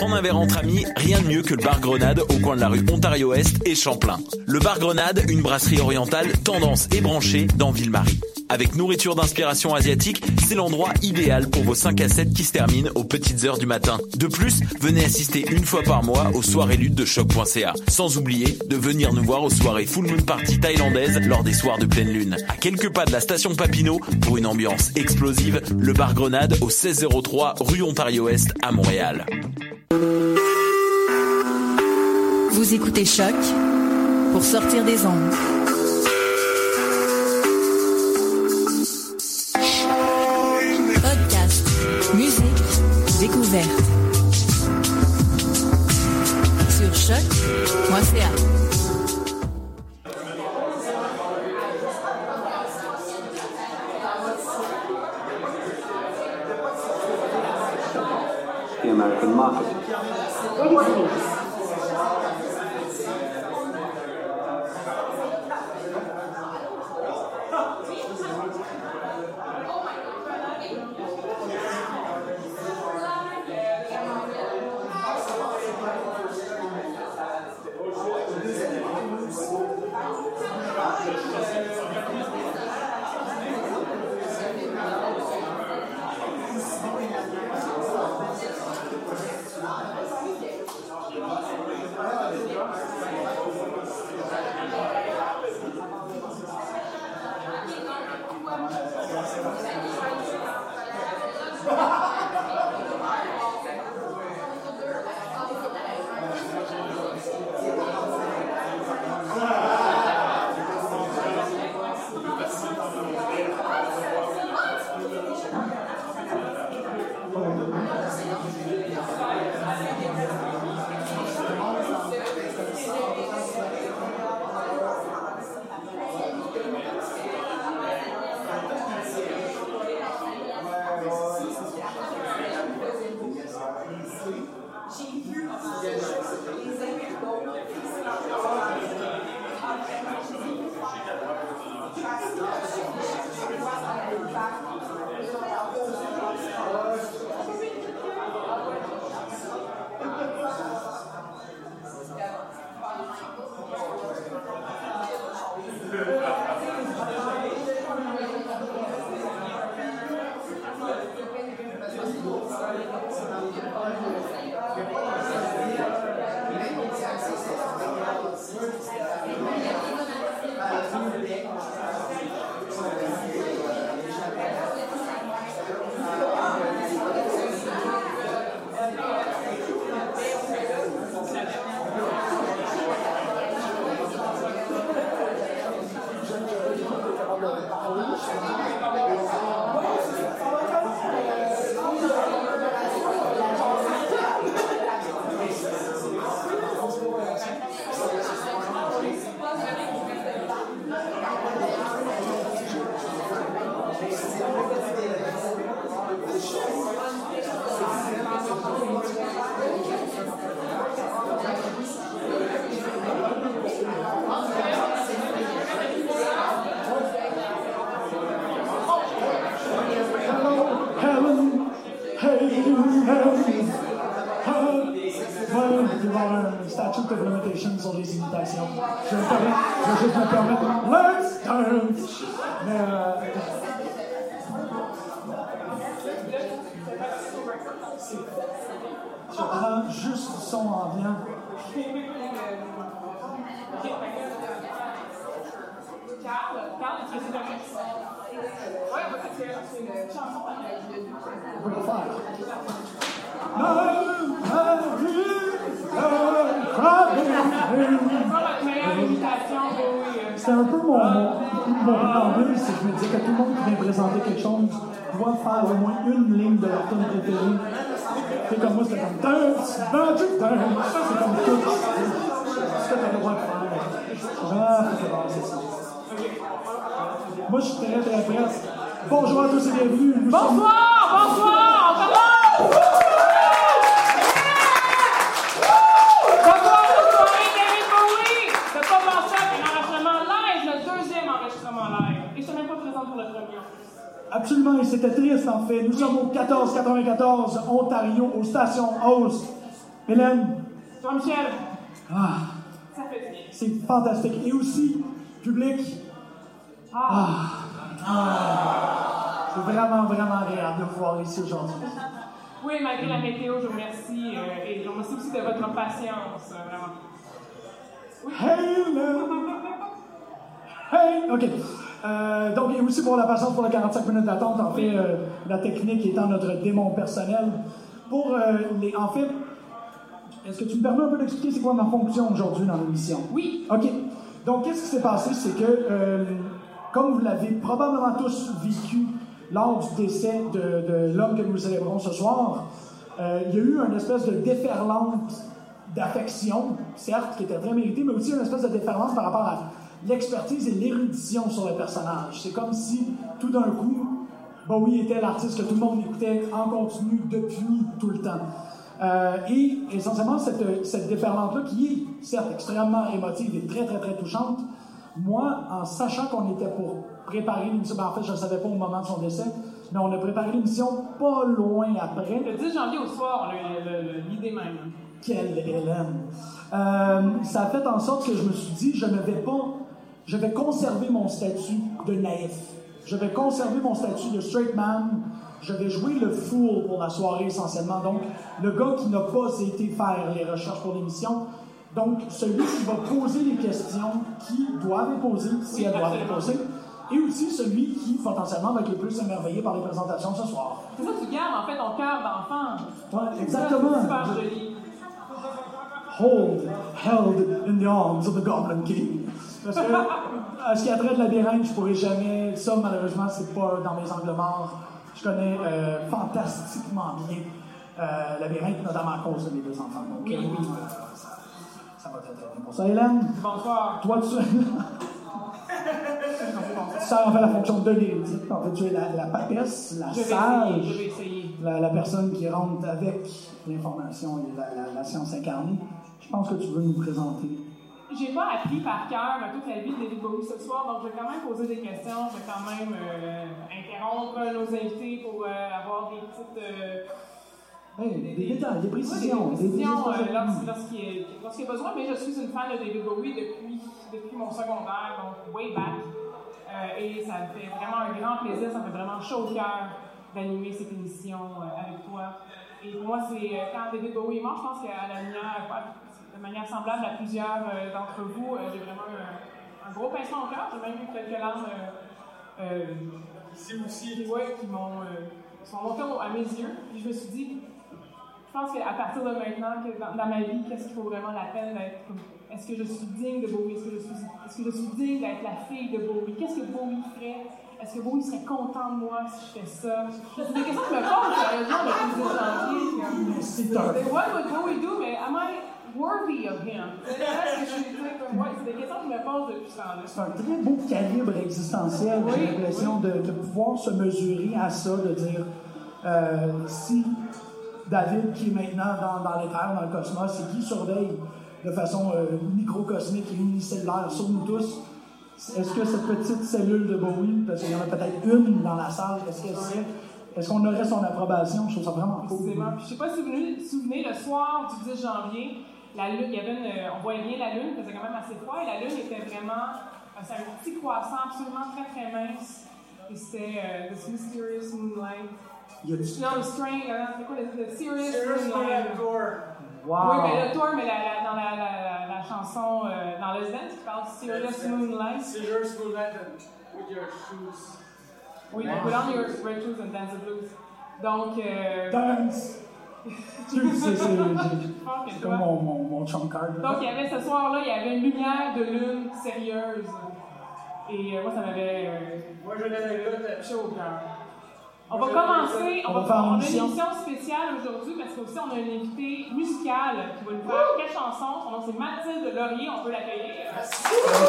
prendre un verre entre amis, rien de mieux que le bar Grenade au coin de la rue Ontario-Est et Champlain. Le bar Grenade, une brasserie orientale, tendance et branchée dans Ville-Marie. Avec nourriture d'inspiration asiatique, c'est l'endroit idéal pour vos 5 à 7 qui se terminent aux petites heures du matin. De plus, venez assister une fois par mois aux soirées luttes de choc.ca. Sans oublier de venir nous voir aux soirées Full Moon Party thaïlandaises lors des soirs de pleine lune. À quelques pas de la station Papineau, pour une ambiance explosive, le bar Grenade au 1603 rue Ontario-Est à Montréal. Vous écoutez Choc pour sortir des ondes. Podcast, musique, découverte. Sur choc.ca. The American market. Good morning. Statute of Limitations sur les imitations. Je vais juste me permettre. Let's dance! Mais je prends juste du son ambiant. On peut le faire. C'est un peu mon préambule, c'est que je me disais que tout le monde qui vient présenter quelque chose doit faire au moins une ligne de leur tune préférée. C'est comme moi, c'était comme dance, magic dance. C'est comme tout. C'est ce que tu as le droit de faire. C'est ça. Moi, je suis très prête. Bonjour à tous et bienvenue. Bonsoir! On commence! Absolument, et c'était triste en fait. Nous sommes au 1494 Ontario, aux stations House. Hélène. Jean-Michel. Ah, Ça fait du bien. c'est fantastique. Et aussi, public. C'est vraiment, vraiment agréable de vous voir ici aujourd'hui. Oui, malgré la météo, je vous remercie. Et je vous remercie aussi de votre patience, vraiment. Oui. Hey, Hélène. Hey, OK. Donc, et aussi pour la patience pour les 45 minutes d'attente, en fait, la technique étant notre démon personnel. En fait, est-ce que tu me permets un peu d'expliquer c'est quoi ma fonction aujourd'hui dans l'émission? Oui. OK. Donc, qu'est-ce qui s'est passé? C'est que, comme vous l'avez probablement tous vécu lors du décès de l'homme que nous célébrons ce soir, il y a eu une espèce de déferlante d'affection, certes, qui était très méritée, mais aussi une espèce de déferlante par rapport à l'expertise et l'érudition sur le personnage. C'est comme si, tout d'un coup, Bowie était l'artiste que tout le monde écoutait en continu depuis tout le temps. Et essentiellement, cette déferlante-là, qui est certes extrêmement émotive et très, très, très touchante, moi, en sachant qu'on était pour préparer l'émission, en fait, je ne le savais pas au moment de son décès, mais on a préparé l'émission pas loin après. Le 10 janvier au soir, on a eu l'idée même. Quelle Hélène! Ça a fait en sorte que je me suis dit, je vais conserver mon statut de naïf. Je vais conserver mon statut de straight man. Je vais jouer le fool pour la soirée essentiellement. Donc, le gars qui n'a pas été faire les recherches pour l'émission. Donc, celui qui va poser les questions qui doivent être posées, si elles doivent être posées. Et aussi celui qui, potentiellement, va être le plus émerveillé par les présentations ce soir. C'est ça, tu gardes en fait ton cœur d'enfant. Ouais, exactement. C'est super joli. Held in the arms of the Goblin King. Parce que, à ce qui a trait de labyrinthe, je pourrais jamais. Ça, malheureusement, c'est pas dans mes angles morts. Je connais fantastiquement bien labyrinthe, notamment à cause de mes deux enfants. Donc, oui, ça va très très bien. Bonsoir, Hélène. Bonsoir. Toi, tu sers en fait la fonction de l'érudite. En fait, tu es la papesse, la sage. Je vais essayer. La personne qui rentre avec l'information et la science incarnée. Je pense que tu veux nous présenter. J'ai pas appris par cœur toute la vie de David Bowie ce soir, donc je vais quand même poser des questions, je vais quand même interrompre nos invités pour avoir des petites... des détails, des précisions. Des précisions lorsqu'il y a besoin, mais je suis une fan de David Bowie depuis mon secondaire, donc way back. Et ça me fait vraiment un grand plaisir, ça me fait vraiment chaud au cœur d'animer cette émission avec toi. Et pour moi, c'est quand David Bowie est mort, je pense qu'à la lumière, de manière semblable à plusieurs d'entre vous, j'ai vraiment un gros pincement au cœur. J'ai même eu quelques larmes ici aussi, qui sont montées à mes yeux. Puis je me suis dit, je pense qu'à partir de maintenant, dans ma vie, qu'est-ce qu'il faut vraiment la peine d'être comme. Est-ce que je suis digne de Bowie? Est-ce que je suis digne d'être la fille de Bowie? Qu'est-ce que Bowie ferait? Est-ce que Bowie serait content de moi si je fais ça? C'est des questions que je me pose sérieusement depuis 10 janvier. What would Bowie do? Mais am I worthy of him? C'est des questions que je me pose depuis ce temps-là. C'est un très beau calibre existentiel, j'ai l'impression, de pouvoir se mesurer à ça, de dire si David, qui est maintenant dans l'éther, dans le cosmos, et qui surveille de façon microcosmique et unicellulaire sur nous tous, est-ce que cette petite cellule de Bowie, parce qu'il y en a peut-être une dans la salle, est-ce qu'on aurait son approbation? Je trouve ça vraiment cool. Précisément. Puis, je ne sais pas si vous vous souvenez, le soir du 10 janvier, la lune, on voyait bien la lune, il faisait quand même assez froid, et la lune était vraiment, c'est un petit croissant absolument très très mince, et c'était This Mysterious Moonlight. Non, le Strange, c'est quoi le Serious Moonlight? Wow. Oui, mais le tour, mais dans la chanson, dans Let's Dance, qui parle Serious Moonlight. Serious Moonlight with your shoes. Oui, put on your red shoes and dance the blues. Donc, Dance! C'est comme mon trump card. Donc, il y avait ce soir-là, il y avait une lumière de lune sérieuse. Et moi, ça m'avait chaud au cœur. On va commencer, on a une émission spéciale aujourd'hui parce qu'aussi on a une invitée musicale qui va nous faire quelques chansons. Son nom c'est Mathilde Laurier, on peut l'accueillir. Merci.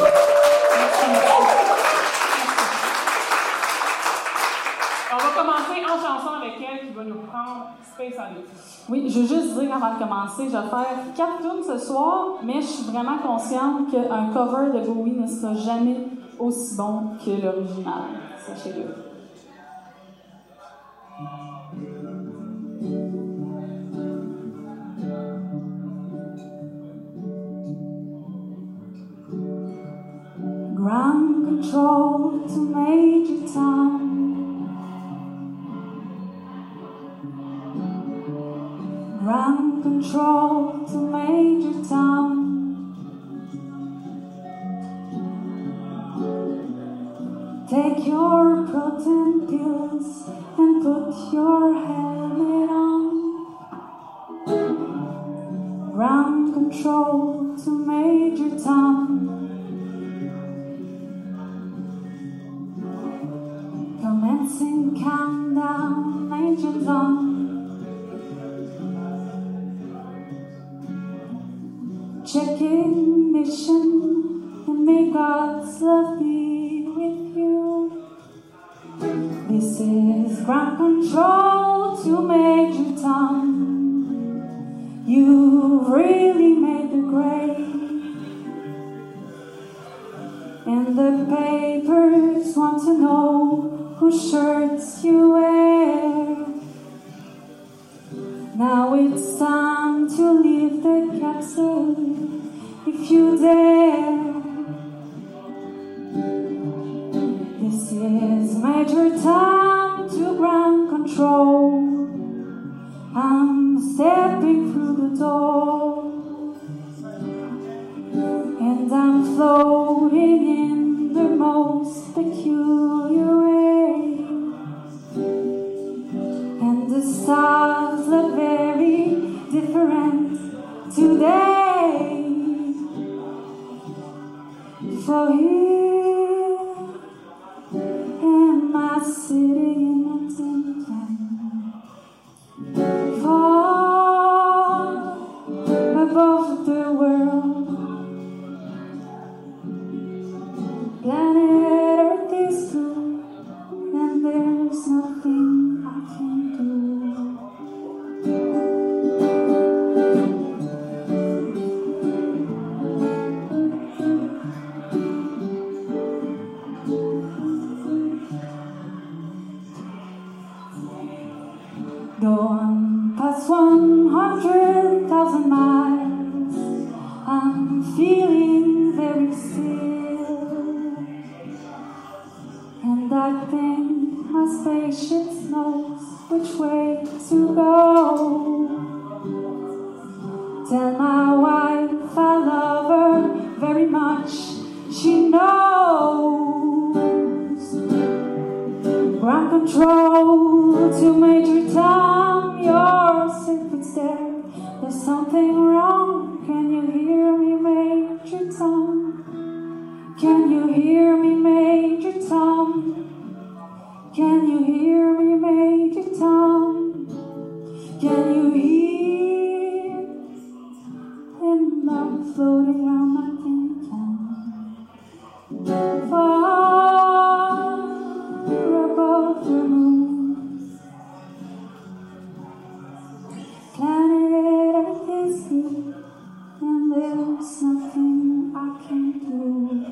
On va commencer en chanson avec elle qui va nous prendre Space Oddity. Oui, je veux juste dire avant de commencer, je vais faire 4 tunes ce soir, mais je suis vraiment consciente qu'un cover de Bowie ne sera jamais aussi bon que l'original. Sachez-le. control to Major Tom. Ground control to Major Tom. Take your protein pills and put your helmet on. Ground control to Major Tom. Commencing countdown, engines on. Check ignition and may God's love be with you. This is ground control to Major Tom. You've really made the grade, and the papers want to know whose shirts you wear. Now it's time to leave the capsule if you dare. This is Major Tom to ground control. I'm stepping through the door, and I'm floating in the most peculiar way, and the stars look very different today. For here am I sitting in a tin can, far above the world. Planet Earth is blue, and there's nothing I can do. Going past 100,000 miles, I'm feeling very still, and I think my spaceship knows which way to go. Tell my wife I love her very much, she knows. Ground control to Major Tom, your secret's there. There's something wrong, can you hear me, Major Tom? Can you hear me, Major Tom? Can you hear me, Major Tom? Can you hear? And I'm floating around my tin can, far above the moon. Planet Earth is blue, and there's nothing I can do.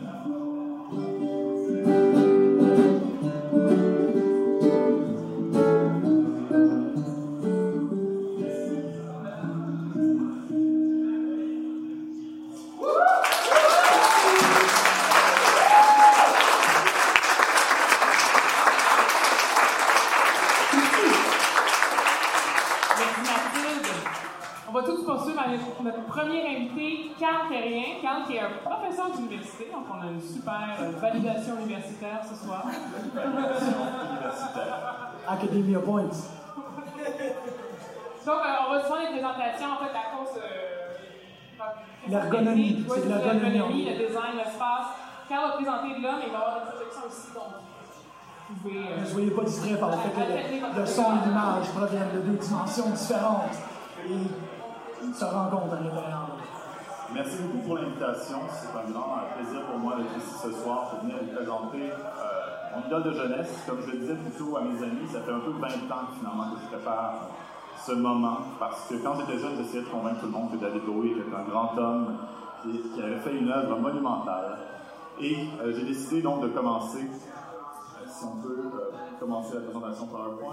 On va tous poursuivre avec notre premier invité, Carl Terrien. Carl qui est un professeur d'université, donc on a une super validation universitaire ce soir. Academia Points. Donc on va se faire des présentations en fait à cause de l'ergonomie. Oui, C'est de l'ergonomie. Le design, l'espace. Carl va présenter de là, mais il va y avoir des projections aussi, donc vous pouvez... Ne soyez pas distraits par le fait que le son et l'image proviennent de deux dimensions différentes et se rencontrent à l'intérieur. Merci beaucoup pour l'invitation. C'est un grand plaisir pour moi d'être ici ce soir pour venir vous présenter mon idole de jeunesse. Comme je le disais plutôt à mes amis, ça fait un peu 20 ans finalement que je prépare ce moment, parce que quand j'étais jeune, j'essayais de convaincre tout le monde que David Bowie était un grand homme qui avait fait une œuvre monumentale. Et j'ai décidé donc de commencer, si on peut commencer la présentation PowerPoint.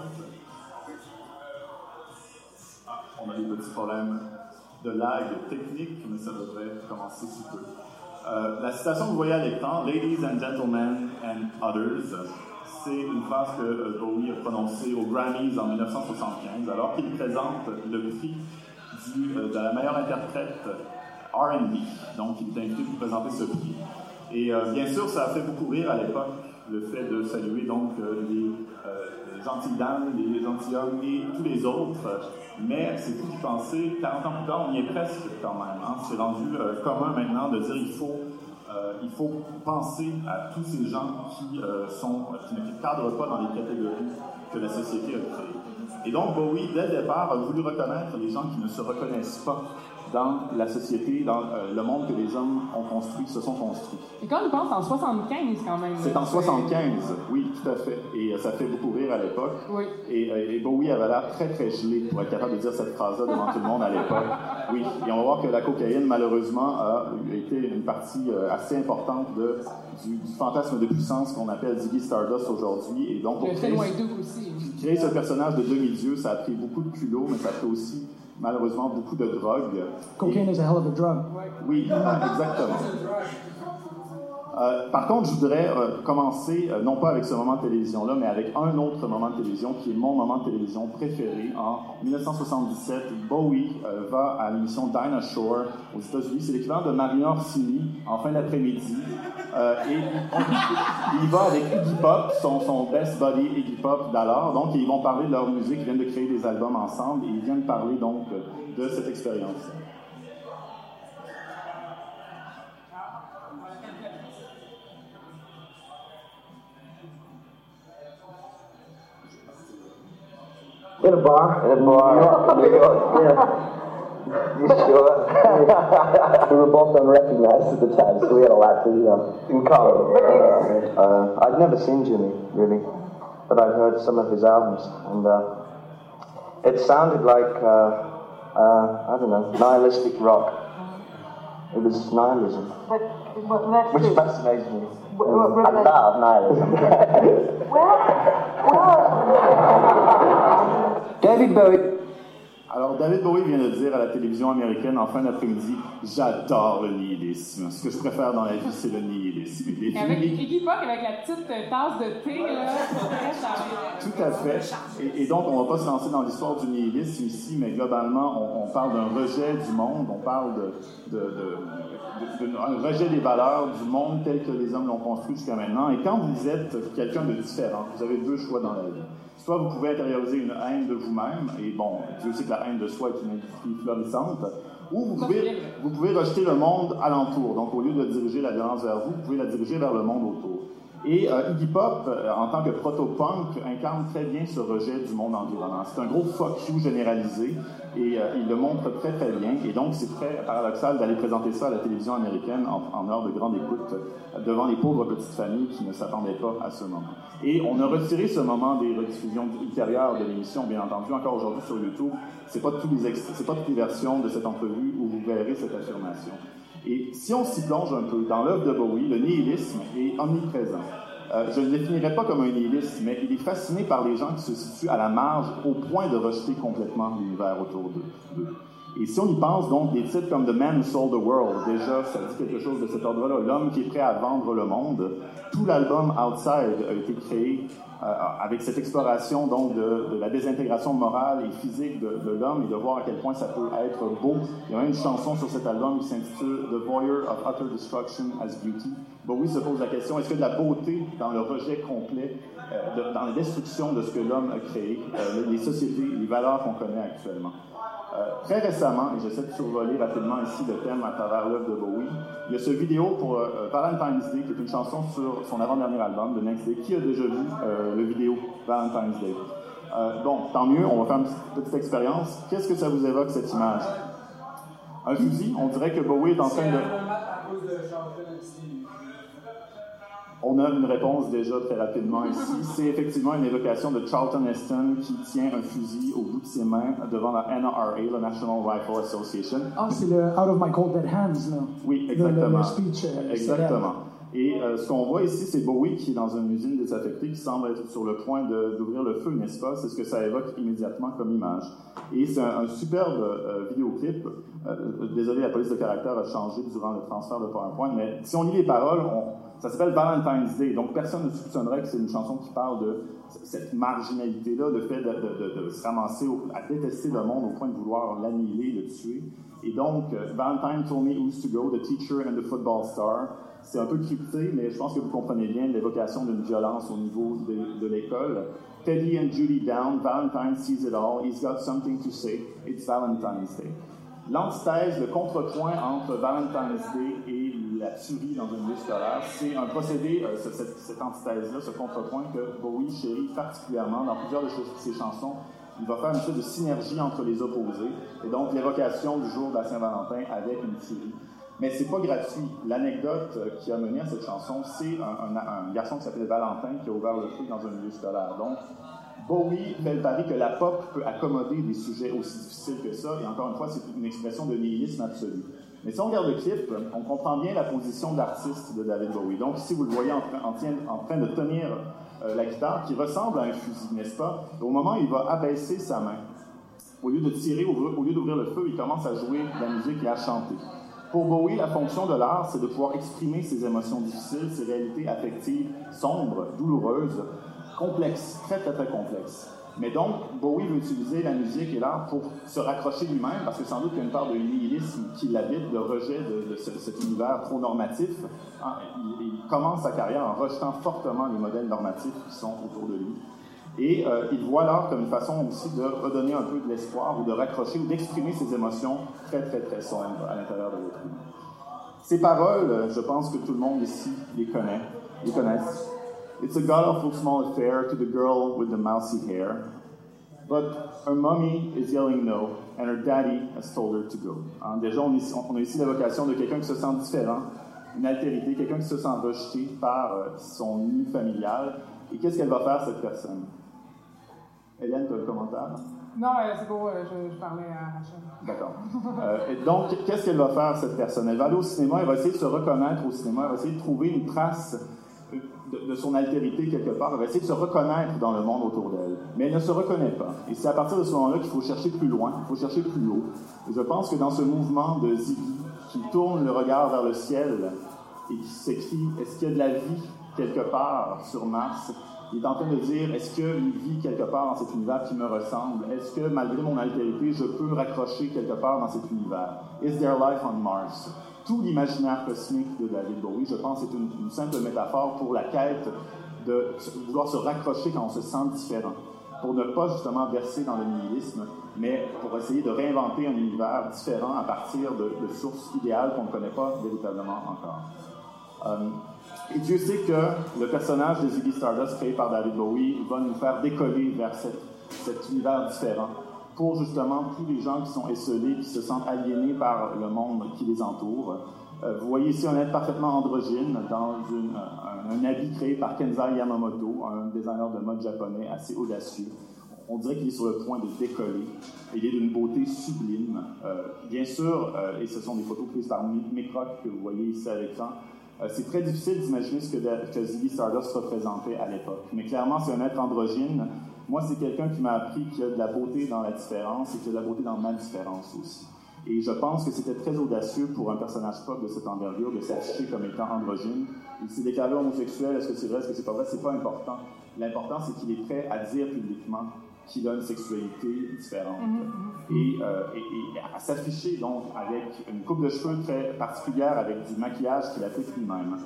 On a des petits problèmes de lag technique, mais ça devrait commencer sous peu. La citation que vous voyez à l'écran, « Ladies and gentlemen and others », c'est une phrase que Bowie a prononcée aux Grammys en 1975, alors qu'il présente le prix de la meilleure interprète R&B. Donc, il est invité pour présenter ce prix. Et bien sûr, ça a fait beaucoup rire à l'époque, le fait de saluer donc les gentilles dames, les gentilshommes et tous les autres. Mais c'est fou d'y penser, 40 ans plus tard, on y est presque quand même. Hein. C'est rendu commun maintenant de dire il faut penser à tous ces gens qui ne cadrent pas dans les catégories que la société a créées. Et donc Bowie, dès le départ, a voulu reconnaître les gens qui ne se reconnaissent pas dans la société, dans le monde que les hommes se sont construits. Et quand on pense en 75 quand même. C'est en 75, oui, tout à fait. Et ça fait beaucoup rire à l'époque. Oui. Et Bowie avait l'air très très gelé pour être capable de dire cette phrase-là devant tout le monde à l'époque. Oui, et on va voir que la cocaïne, malheureusement, a été une partie assez importante du fantasme de puissance qu'on appelle Ziggy Stardust aujourd'hui. Et donc, pour créer ce personnage de demi-dieu, ça a pris beaucoup de culot, mais ça a pris aussi malheureusement beaucoup de drogue. Cocaine is a hell of a drug. Oui, exactement. Par contre, je voudrais commencer, non pas avec ce moment de télévision-là, mais avec un autre moment de télévision qui est mon moment de télévision préféré. En 1977, Bowie va à l'émission Dinah Shore aux États-Unis. C'est l'équivalent de Marina Orsini en fin d'après-midi. Et il va avec Iggy Pop, son best buddy Iggy Pop d'alors. Donc, ils vont parler de leur musique, ils viennent de créer des albums ensemble et ils viennent parler donc de cette expérience. In a bar? In a bar. New York, yeah. You sure? We were both unrecognized at the time, so we had a lot to, in common. I'd never seen Jimmy, really, but I'd heard some of his albums, and it sounded like, I don't know, nihilistic rock. It was nihilism, which fascinates me. I love nihilism. David Bowie. Alors, David Bowie vient de dire à la télévision américaine en fin d'après-midi « J'adore le nihilisme. Ce que je préfère dans la vie, c'est le nihilisme. » Avec Iggy Pop, avec la petite tasse de thé, là, c'est très charmant. Tout à fait. Et donc, on ne va pas se lancer dans l'histoire du nihilisme ici, mais globalement, on parle d'un rejet du monde, on parle d'un rejet des valeurs du monde tel que les hommes l'ont construit jusqu'à maintenant. Et quand vous êtes quelqu'un de différent, vous avez deux choix dans la vie. Soit vous pouvez intérioriser une haine de vous-même, et bon, Dieu sait que la haine de soi est une industrie florissante, ou vous pouvez rejeter le monde alentour. Donc, au lieu de diriger la violence vers vous, vous pouvez la diriger vers le monde autour. Et Iggy Pop, en tant que proto-punk, incarne très bien ce rejet du monde environnant. C'est un gros fuck you généralisé, et il le montre très très bien. Et donc, c'est très paradoxal d'aller présenter ça à la télévision américaine en heure de grande écoute, devant les pauvres petites familles qui ne s'attendaient pas à ce moment. Et on a retiré ce moment des rediffusions ultérieures de l'émission, bien entendu, encore aujourd'hui sur YouTube. C'est pas toutes les versions de cette entrevue où vous verrez cette affirmation. Et si on s'y plonge un peu dans l'œuvre de Bowie, le nihilisme est omniprésent. Je ne le définirais pas comme un nihiliste, mais il est fasciné par les gens qui se situent à la marge au point de rejeter complètement l'univers autour d'eux. Et si on y pense, donc, des titres comme « The Man Who Sold the World », déjà, ça dit quelque chose de cet ordre-là, l'homme qui est prêt à vendre le monde. Tout l'album « Outside » a été créé avec cette exploration, donc, de la désintégration morale et physique de l'homme et de voir à quel point ça peut être beau. Il y a même une chanson sur cet album qui s'intitule « The Voyeur of Utter Destruction as Beauty ». Bowie se pose la question, est-ce que de la beauté dans le rejet complet, dans la destruction de ce que l'homme a créé, les sociétés, les valeurs qu'on connaît actuellement? Très récemment, et j'essaie de survoler rapidement ici le thème à travers l'œuvre de Bowie, il y a ce vidéo pour Valentine's Day, qui est une chanson sur son avant-dernier album, The Next Day. Qui a déjà vu le vidéo Valentine's Day? Bon, tant mieux, on va faire une petite expérience. Qu'est-ce que ça vous évoque, cette image? Un fusil? On dirait que Bowie est en train de... On a une réponse déjà très rapidement ici. C'est effectivement une évocation de Charlton Heston qui tient un fusil au bout de ses mains devant la NRA, la National Rifle Association. Ah, c'est le Out of My Cold Dead Hands, là. Oui, exactement. Le speech. Exactement. Et ce qu'on voit ici, c'est Bowie qui est dans une usine désaffectée, qui semble être sur le point d'ouvrir le feu, n'est-ce pas? C'est ce que ça évoque immédiatement comme image. Et c'est un superbe vidéoclip. Désolé, la police de caractère a changé durant le transfert de PowerPoint, mais si on lit les paroles, ça s'appelle Valentine's Day, donc personne ne soupçonnerait que c'est une chanson qui parle de cette marginalité-là, le fait de se ramasser à détester le monde au point de vouloir l'annihiler, le tuer. Et donc, Valentine told me who's to go, the teacher and the football star. C'est un peu crypté, mais je pense que vous comprenez bien l'évocation d'une violence au niveau de l'école. Teddy and Judy down, Valentine sees it all, he's got something to say, it's Valentine's Day. L'antithèse, le contrepoint entre Valentine's Day et la tuerie dans une lieu scolaire, c'est un procédé, cette antithèse-là, ce contrepoint que Bowie chérit particulièrement dans plusieurs de ses chansons. Il va faire une sorte de synergie entre les opposés, et donc l'évocation du jour de la Saint-Valentin avec une tuerie. Mais c'est pas gratuit. L'anecdote qui a mené à cette chanson, c'est un garçon qui s'appelait Valentin qui a ouvert le feu dans un milieu scolaire. Donc, Bowie fait le pari que la pop peut accommoder des sujets aussi difficiles que ça, et encore une fois, c'est une expression de nihilisme absolu. Mais si on regarde le clip, on comprend bien la position d'artiste de David Bowie. Donc ici, vous le voyez en train de tenir la guitare, qui ressemble à un fusil, n'est-ce pas? Au moment où il va abaisser sa main, au lieu de tirer, au lieu d'ouvrir le feu, il commence à jouer de la musique et à chanter. Pour Bowie, la fonction de l'art, c'est de pouvoir exprimer ses émotions difficiles, ses réalités affectives sombres, douloureuses, complexes, très, très, très complexes. Mais donc, Bowie veut utiliser la musique et l'art pour se raccrocher lui-même, parce que sans doute qu'il y a une part de nihilisme qui l'habite, de rejet de cet univers trop normatif. Il commence sa carrière en rejetant fortement les modèles normatifs qui sont autour de lui. Et il voit l'art comme une façon aussi de redonner un peu de l'espoir, ou de raccrocher, ou d'exprimer ses émotions très, très, très sombres à l'intérieur de l'autre. Ces paroles, je pense que tout le monde ici les connaissent. It's a god-awful small affair to the girl with the mousy hair, but her mommy is yelling no, and her daddy has told her to go. Déjà, on a ici l'évocation de quelqu'un qui se sent différent, une altérité, quelqu'un qui se sent rejeté par son nid familial. Et qu'est-ce qu'elle va faire, cette personne? Hélène, tu as le commentaire? Non, c'est beau, je parlais à Rachel. D'accord. Et donc, qu'est-ce qu'elle va faire, cette personne? Elle va aller au cinéma, elle va essayer de se reconnaître au cinéma, elle va essayer de trouver une trace de son altérité quelque part, elle va essayer de se reconnaître dans le monde autour d'elle. Mais elle ne se reconnaît pas. Et c'est à partir de ce moment-là qu'il faut chercher plus loin, il faut chercher plus haut. Et je pense que dans ce mouvement de Ziggy, qui tourne le regard vers le ciel et qui s'écrit « Est-ce qu'il y a de la vie quelque part sur Mars ?» Il est en train de dire, est-ce qu'il vit quelque part dans cet univers qui me ressemble? Est-ce que, malgré mon altérité, je peux raccrocher quelque part dans cet univers? Is there life on Mars? Tout l'imaginaire cosmique de David Bowie, je pense, est une simple métaphore pour la quête de vouloir se raccrocher quand on se sent différent. Pour ne pas, justement, verser dans le nihilisme, mais pour essayer de réinventer un univers différent à partir de sources idéales qu'on ne connaît pas véritablement encore. Et Dieu sait que le personnage de Ziggy Stardust créé par David Bowie va nous faire décoller vers cet univers différent pour justement tous les gens qui sont esselés, qui se sentent aliénés par le monde qui les entoure. Vous voyez ici un être parfaitement androgyne dans un habit créé par Kenzai Yamamoto, un designer de mode japonais assez audacieux. On dirait qu'il est sur le point de décoller. Il est d'une beauté sublime. Bien sûr, et ce sont des photos prises par Mick Rock que vous voyez ici à l'écran, c'est très difficile d'imaginer ce que Ziggy Stardust représentait à l'époque. Mais clairement, c'est un être androgyne. Moi, c'est quelqu'un qui m'a appris qu'il y a de la beauté dans la différence et qu'il y a de la beauté dans ma différence aussi. Et je pense que c'était très audacieux pour un personnage pop de cette envergure de s'afficher comme étant androgyne. Il s'est déclaré homosexuel. Est-ce que c'est vrai? Est-ce que c'est pas vrai? C'est pas important. L'important, c'est qu'il est prêt à dire publiquement qu'il a une sexualité différente et à s'afficher donc avec une coupe de cheveux très particulière, avec du maquillage qu'il a fait lui-même.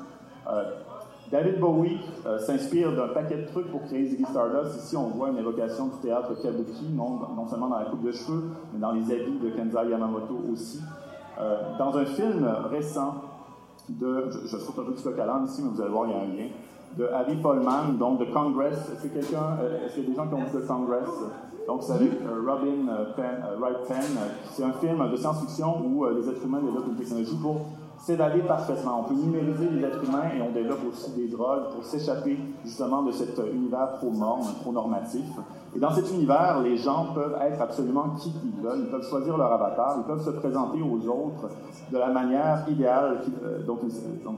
David Bowie s'inspire d'un paquet de trucs pour créer Ziggy Stardust. Ici, on voit une évocation du théâtre kabuki, non seulement dans la coupe de cheveux, mais dans les habits de Kenzai Yamamoto aussi. Dans un film récent je trouve un peu du coq à l'âne ici, mais vous allez voir, il y a un lien, de Harry Pollman, donc de Congress. Est-ce qu'il y a des gens qui ont vu The Congress? Donc, c'est avec Robin Wright Penn. C'est un film de science-fiction où les êtres humains développent une technologie pour s'évader parfaitement. On peut numériser les êtres humains et on développe aussi des drogues pour s'échapper justement de cet univers trop morne, trop normatif. Et dans cet univers, les gens peuvent être absolument qui ils veulent. Ils peuvent choisir leur avatar, ils peuvent se présenter aux autres de la manière idéale. Donc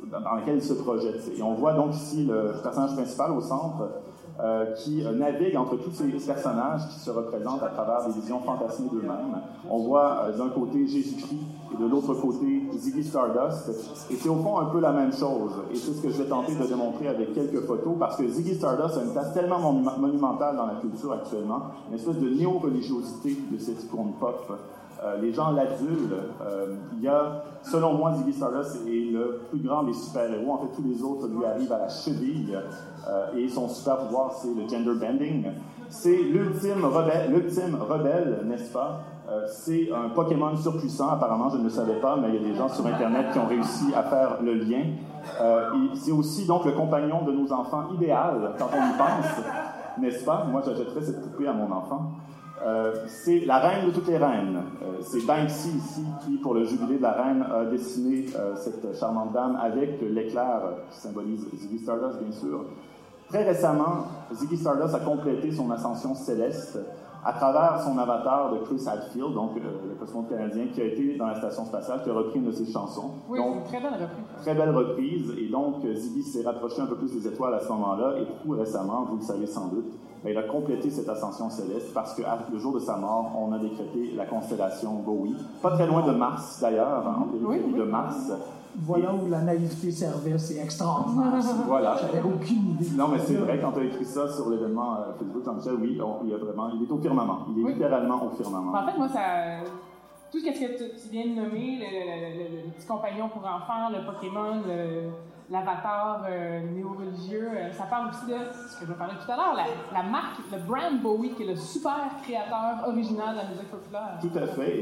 dans laquelle il se projette. Et on voit donc ici le personnage principal au centre qui navigue entre tous ces personnages qui se représentent à travers des visions fantasmées d'eux-mêmes. On voit d'un côté Jésus-Christ et de l'autre côté Ziggy Stardust. Et c'est au fond un peu la même chose. Et c'est ce que je vais tenter de démontrer avec quelques photos, parce que Ziggy Stardust a une place tellement monumentale dans la culture actuellement, une espèce de néo-religiosité de cette icône pop. Les gens l'adulent. Il y a, selon moi, Ziggy Stardust est le plus grand des super-héros. En fait, tous les autres lui arrivent à la cheville. Et son super pouvoir, c'est le gender bending. C'est l'ultime rebelle, n'est-ce pas? C'est un Pokémon surpuissant, apparemment, je ne le savais pas, mais il y a des gens sur Internet qui ont réussi à faire le lien. Et c'est aussi donc le compagnon de nos enfants idéal, quand on y pense, n'est-ce pas? Moi, j'achèterais cette poupée à mon enfant. C'est la reine de toutes les reines. C'est Banksy ici qui, pour le jubilé de la reine, a dessiné cette charmante dame avec l'éclair qui symbolise Ziggy Stardust, bien sûr. Très récemment, Ziggy Stardust a complété son ascension céleste à travers son avatar de Chris Hadfield, donc le cosmonaute canadien qui a été dans la station spatiale, qui a repris une de ses chansons. Oui, donc, c'est une très belle reprise. Très belle reprise, et donc Ziggy s'est rapproché un peu plus des étoiles à ce moment-là, et tout récemment, vous le savez sans doute, il a complété cette ascension céleste parce que le jour de sa mort, on a décrété la constellation Bowie, pas très loin de Mars d'ailleurs, en périphérie de Mars. Voilà où la naïveté servait, c'est extraordinaire. Voilà. J'avais aucune idée. Non, mais c'est vrai, quand tu as écrit ça sur l'événement Facebook, Jean-Michel, oui, il est au firmament. Il est littéralement au firmament. En fait, moi, tout ce que tu viens de nommer, le petit compagnon pour enfants, le Pokémon, l'avatar néo-religieux, ça parle aussi de ce que je parlais tout à l'heure, la marque, le brand Bowie, qui est le super créateur original de la musique populaire. Tout à fait, et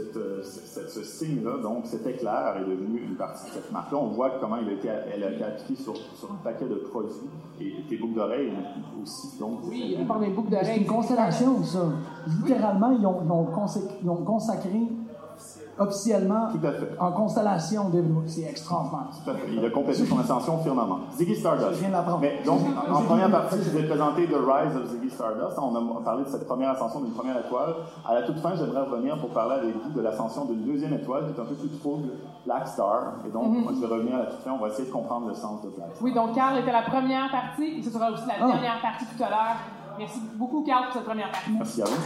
ce signe-là, donc cet éclair, est devenu une partie de cette marque-là. On voit comment elle a été appliquée sur un paquet de produits, et des boucles d'oreilles aussi. Donc, oui, on parle des boucles d'oreilles. C'est une constellation, ça. Littéralement, ils ont consacré officiellement en constellation de... C'est extraordinaire. Tout à fait. Il a complété son ascension au firmament. Ziggy Stardust. Je viens de l'apprendre. Mais donc, en première partie, je vous ai présenté The Rise of Ziggy Stardust. On a parlé de cette première ascension d'une première étoile. À la toute fin, j'aimerais revenir pour parler avec vous de l'ascension d'une deuxième étoile qui est un peu plus trouble, Black Star. Et donc, moi, je vais revenir à la toute fin. On va essayer de comprendre le sens de Black Star. Oui, donc Carl était la première partie et ce sera aussi la dernière partie tout à l'heure. Merci beaucoup, Carl, pour cette première partie. Merci à vous.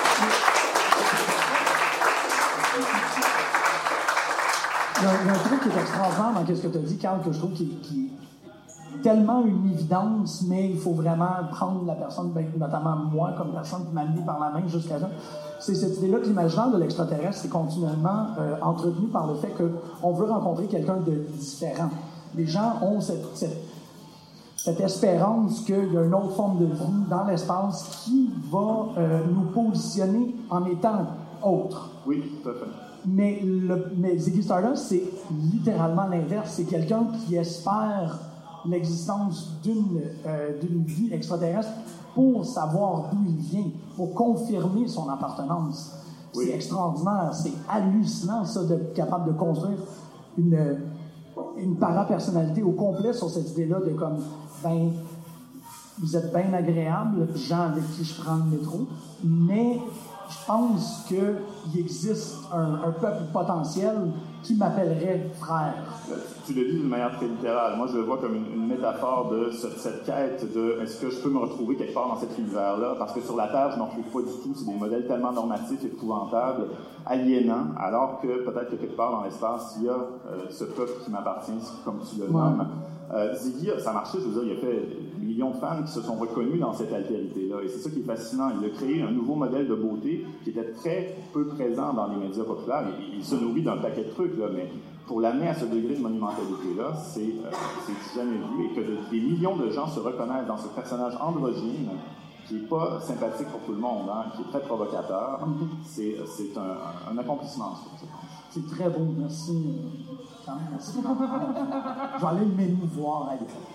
Il y a un truc qui est extraordinaire dans ce que tu as dit, Carl, que je trouve qui est tellement une évidence, mais il faut vraiment prendre la personne, notamment moi, comme personne qui m'a mis par la main jusqu'à là. C'est cette idée-là que l'imaginaire de l'extraterrestre est continuellement entretenu par le fait qu'on veut rencontrer quelqu'un de différent. Les gens ont cette espérance qu'il y a une autre forme de vie dans l'espace qui va nous positionner en étant autre. Oui, tout à fait. Mais Ziggy Stardust, c'est littéralement l'inverse. C'est quelqu'un qui espère l'existence d'une vie extraterrestre pour savoir d'où il vient, pour confirmer son appartenance. Oui. C'est extraordinaire, c'est hallucinant, ça, d'être capable de construire une parapersonnalité au complet sur cette idée-là de comme, vous êtes bien agréable, gens avec qui je prends le métro, mais je pense qu'il existe un peuple potentiel qui m'appellerait frère. Tu le dis d'une manière très littérale. Moi, je le vois comme une métaphore de cette quête de est-ce que je peux me retrouver quelque part dans cet univers-là? Parce que sur la Terre, je n'en trouve pas du tout. C'est des modèles tellement normatifs, épouvantables, aliénants, alors que peut-être que quelque part dans l'espace, il y a ce peuple qui m'appartient, comme tu le nommes. Ziggy, ça a marché, je veux dire, il a fait des millions de fans qui se sont reconnus dans cette altérité-là. Et c'est ça qui est fascinant. Il a créé un nouveau modèle de beauté qui était très peu présent dans les médias populaires. Il se nourrit d'un paquet de trucs, là, mais pour l'amener à ce degré de monumentalité-là, c'est jamais vu. Et que des millions de gens se reconnaissent dans ce personnage androgyne qui n'est pas sympathique pour tout le monde, hein, qui est très provocateur. C'est un accomplissement, je pense. C'est très beau, merci. Merci. Je vais aller m'émouvoir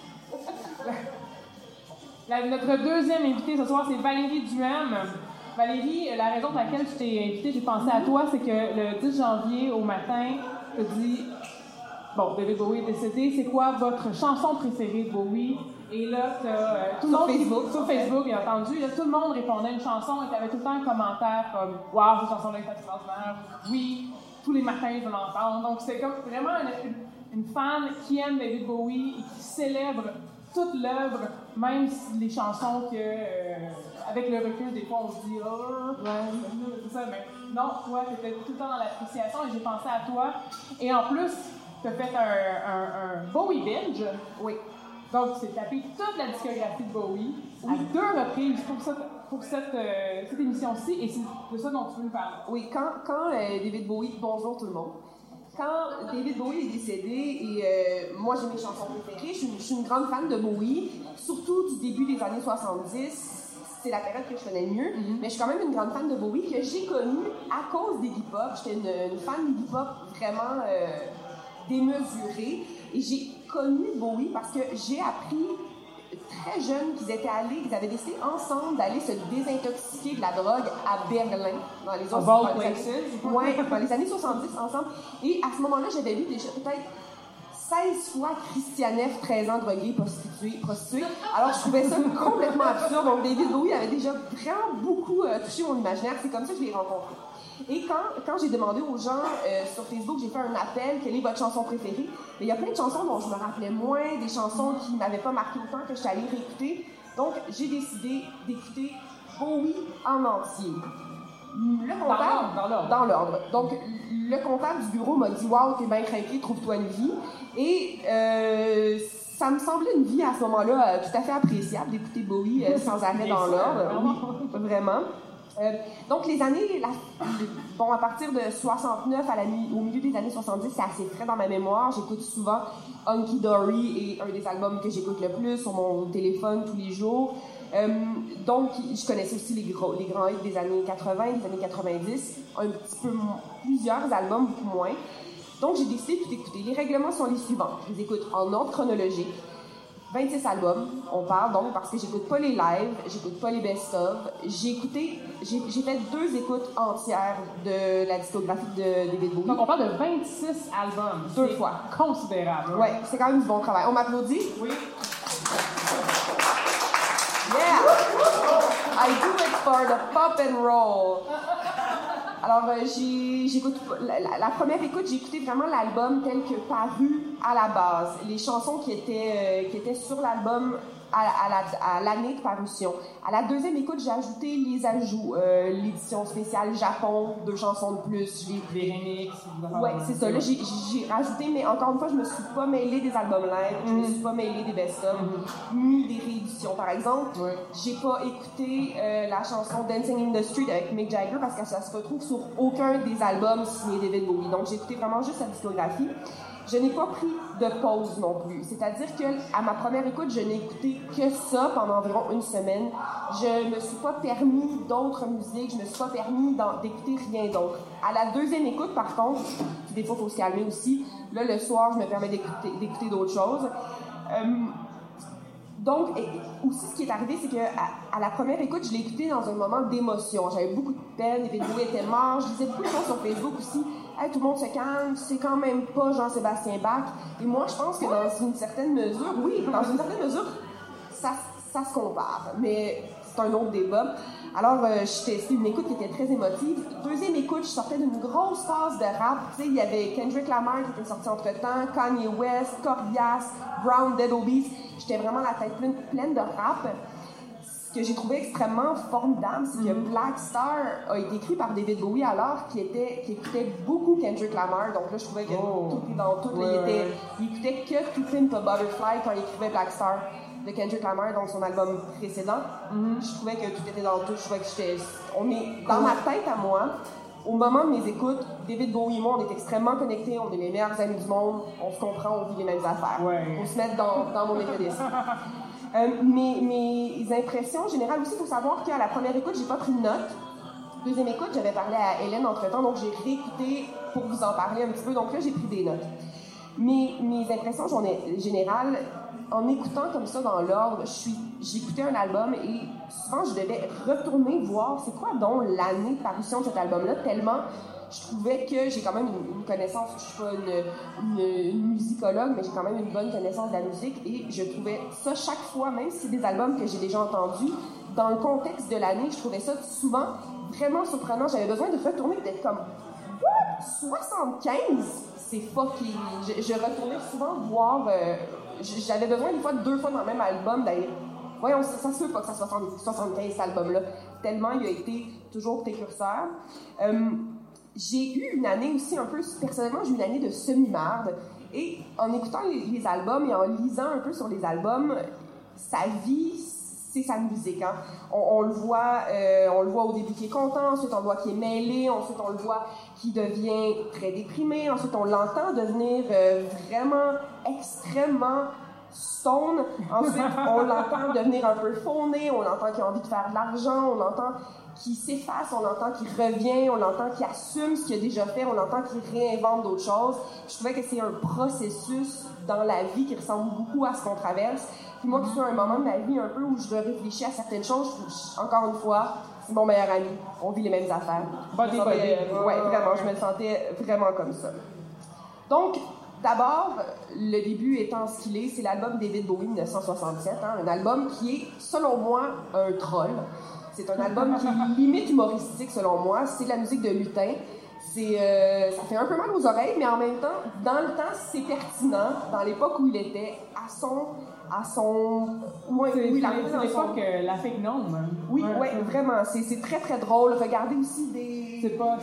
ailleurs. Notre deuxième invitée ce soir, c'est Valérie Duhem. Valérie, la raison pour laquelle je t'ai invitée, j'ai pensé à toi, c'est que le 10 janvier au matin, tu as dit bon, David Bowie est décédé, c'est quoi votre chanson préférée de Bowie? Et là, tout le monde sur Facebook, bien entendu, là, tout le monde répondait à une chanson et tu avais tout le temps un commentaire comme waouh, cette chanson-là est extraordinaire, oui, tous les matins je l'entends. Donc c'est comme vraiment une fan qui aime David Bowie et qui célèbre toute l'œuvre, même si les chansons que, avec le recul, des fois, on se dit « Oh, c'est ça », mais non, toi, t'étais tout le temps dans l'appréciation et j'ai pensé à toi. Et en plus, t'as fait un Bowie binge. Oui. Donc, tu t'es tapé toute la discographie de Bowie à 2 reprises pour cette émission-ci, et c'est de ça dont tu veux nous parler. Oui, quand David Bowie, bonjour tout le monde, quand David Bowie est décédé, et moi j'ai mes chansons préférées, je suis une grande fan de Bowie, surtout du début des années 70, c'est la période que je connais le mieux, mais je suis quand même une grande fan de Bowie que j'ai connue à cause des hip-hop. J'étais une fan de hip-hop vraiment démesurée, et j'ai connu Bowie parce que j'ai appris très jeune qu'ils avaient décidé ensemble d'aller se désintoxiquer de la drogue à Berlin, dans les dans les années 70 ensemble. Et à ce moment-là, j'avais lu déjà peut-être 16 fois Christiane F., 13 ans, droguée, prostituée. Alors, je trouvais ça complètement absurde. Donc, David Bowie avait déjà vraiment beaucoup touché mon imaginaire. C'est comme ça que je l'ai rencontré. Et quand j'ai demandé aux gens sur Facebook, j'ai fait un appel, quelle est votre chanson préférée? Mais il y a plein de chansons dont je me rappelais moins, des chansons qui ne m'avaient pas marqué autant que je suis allée réécouter. Donc, j'ai décidé d'écouter Bowie en entier. Le comptable, dans l'ordre. Donc, le comptable du bureau m'a dit « Wow, t'es bien craqué, trouve-toi une vie. » Et ça me semblait une vie à ce moment-là tout à fait appréciable d'écouter Bowie sans arrêt dans l'ordre. Oui, vraiment. Donc, les années, à partir de 69 au milieu des années 70, c'est assez frais dans ma mémoire. J'écoute souvent Hunky Dory, et un des albums que j'écoute le plus sur mon téléphone tous les jours. Donc, je connaissais aussi les grands hits des années 80, des années 90, un petit peu plusieurs albums, beaucoup moins. Donc, j'ai décidé de tout écouter. Les règlements sont les suivants. Je les écoute en ordre chronologique. 26 albums, on parle donc, parce que j'écoute pas les lives, j'écoute pas les best-of. J'ai fait 2 écoutes entières de la discographie de David Bowie. Donc on parle de 26 albums. 2 fois. Considérable. Ouais, c'est quand même du bon travail. On m'applaudit? Oui. Yeah! I do it for the pop and roll. Alors, j'écoute la première écoute, j'ai écouté vraiment l'album tel que paru à la base. Les chansons qui étaient sur l'album à l'année de parution. À la deuxième écoute, j'ai ajouté les ajouts, l'édition spéciale Japon, 2 chansons de plus. Les remixes. Ouais, c'est ça. Là, j'ai rajouté, mais encore une fois, je me suis pas mêlée des albums live, je me suis pas mêlée des best-of, ni des rééditions. Par exemple, j'ai pas écouté la chanson Dancing in the Street avec Mick Jagger parce que ça se retrouve sur aucun des albums signés David Bowie. Donc, j'ai écouté vraiment juste sa discographie. Je n'ai pas pris de pause non plus. C'est-à-dire qu'à ma première écoute, je n'ai écouté que ça pendant environ 1 semaine. Je me suis pas permis d'autres musiques, je me suis pas permis d'écouter rien d'autre. À la deuxième écoute, par contre, des fois, il faut se calmer aussi. Là, le soir, je me permets d'écouter d'autres choses. Donc, aussi, ce qui est arrivé, c'est qu'à la première écoute, je l'ai écouté dans un moment d'émotion. J'avais beaucoup de peine, David Bowie était mort. Je disais beaucoup de choses sur Facebook aussi. Hey, tout le monde se calme, c'est quand même pas Jean-Sébastien Bach. Et moi, je pense que dans une certaine mesure, ça se compare. Mais c'est un autre débat. Alors, c'était une écoute qui était très émotive. Deuxième écoute, je sortais d'une grosse phase de rap. Tu sais, il y avait Kendrick Lamar qui était sorti entre-temps, Kanye West, Gorillaz, Brown, Dead Obies. J'étais vraiment la tête pleine de rap. Ce que j'ai trouvé extrêmement formidable, c'est que Black Star a été écrit par David Bowie alors qu'il écoutait beaucoup Kendrick Lamar. Donc là, je trouvais que tout est dans tout. Il écoutait que To Pimp a Butterfly quand il écrivait Black Star de Kendrick Lamar, donc son album précédent. Je trouvais que tout était dans tout. Je trouvais que on est dans ma tête à moi. Au moment de mes écoutes, David Bowie et moi, on est extrêmement connectés, on est les meilleurs amis du monde, on se comprend, on vit les mêmes affaires. On se met dans mon état d'esprit. Mes impressions générales aussi, il faut savoir qu'à la première écoute, j'ai pas pris de notes. Deuxième écoute, j'avais parlé à Hélène entre-temps, donc j'ai réécouté pour vous en parler un petit peu. Donc là, j'ai pris des notes. Mes impressions générales, en écoutant comme ça dans l'ordre, j'écoutais un album et souvent, je devais retourner voir c'est quoi donc l'année de parution de cet album-là, tellement je trouvais que j'ai quand même une connaissance, je suis pas une musicologue, mais j'ai quand même une bonne connaissance de la musique et je trouvais ça chaque fois, même si c'est des albums que j'ai déjà entendus, dans le contexte de l'année, je trouvais ça souvent vraiment surprenant. J'avais besoin de retourner et d'être comme « What? 75? c'est fucking. Je retournais souvent voir. J'avais besoin des fois de 2 fois dans le même album d'aller. Voyons, ça se peut pas que ça soit 75 cet album-là. Tellement il a été toujours précurseur. J'ai eu une année aussi un peu. Personnellement, j'ai eu une année de semi-marde. Et en écoutant les albums et en lisant un peu sur les albums, sa vie, c'est sa musique. Hein. On le voit au début qui est content, ensuite on le voit qui est mêlé, ensuite on le voit qui devient très déprimé, ensuite on l'entend devenir vraiment extrêmement stone, ensuite on l'entend devenir un peu fauné, on l'entend qu'il a envie de faire de l'argent, on l'entend qui s'efface, on l'entend qui revient, on l'entend qui assume ce qu'il a déjà fait, on l'entend qui réinvente d'autres choses. Je trouvais que c'est un processus dans la vie qui ressemble beaucoup à ce qu'on traverse. Puis moi, qui suis à un moment de ma vie un peu où je réfléchis à certaines choses, encore une fois, c'est mon meilleur ami. On vit les mêmes affaires. Oui, vraiment, je me sentais vraiment comme ça. Donc, d'abord, le début étant ce qu'il est, c'est l'album David Bowie 1967, hein, un album qui est, selon moi, un troll. C'est un album qui est limite humoristique, selon moi. C'est de la musique de lutin. Ça fait un peu mal aux oreilles, mais en même temps, dans le temps, c'est pertinent. Dans l'époque où il était, à son c'est l'époque la fake gnome. Oui, vraiment. C'est très, très drôle. Regardez aussi des... C'est pas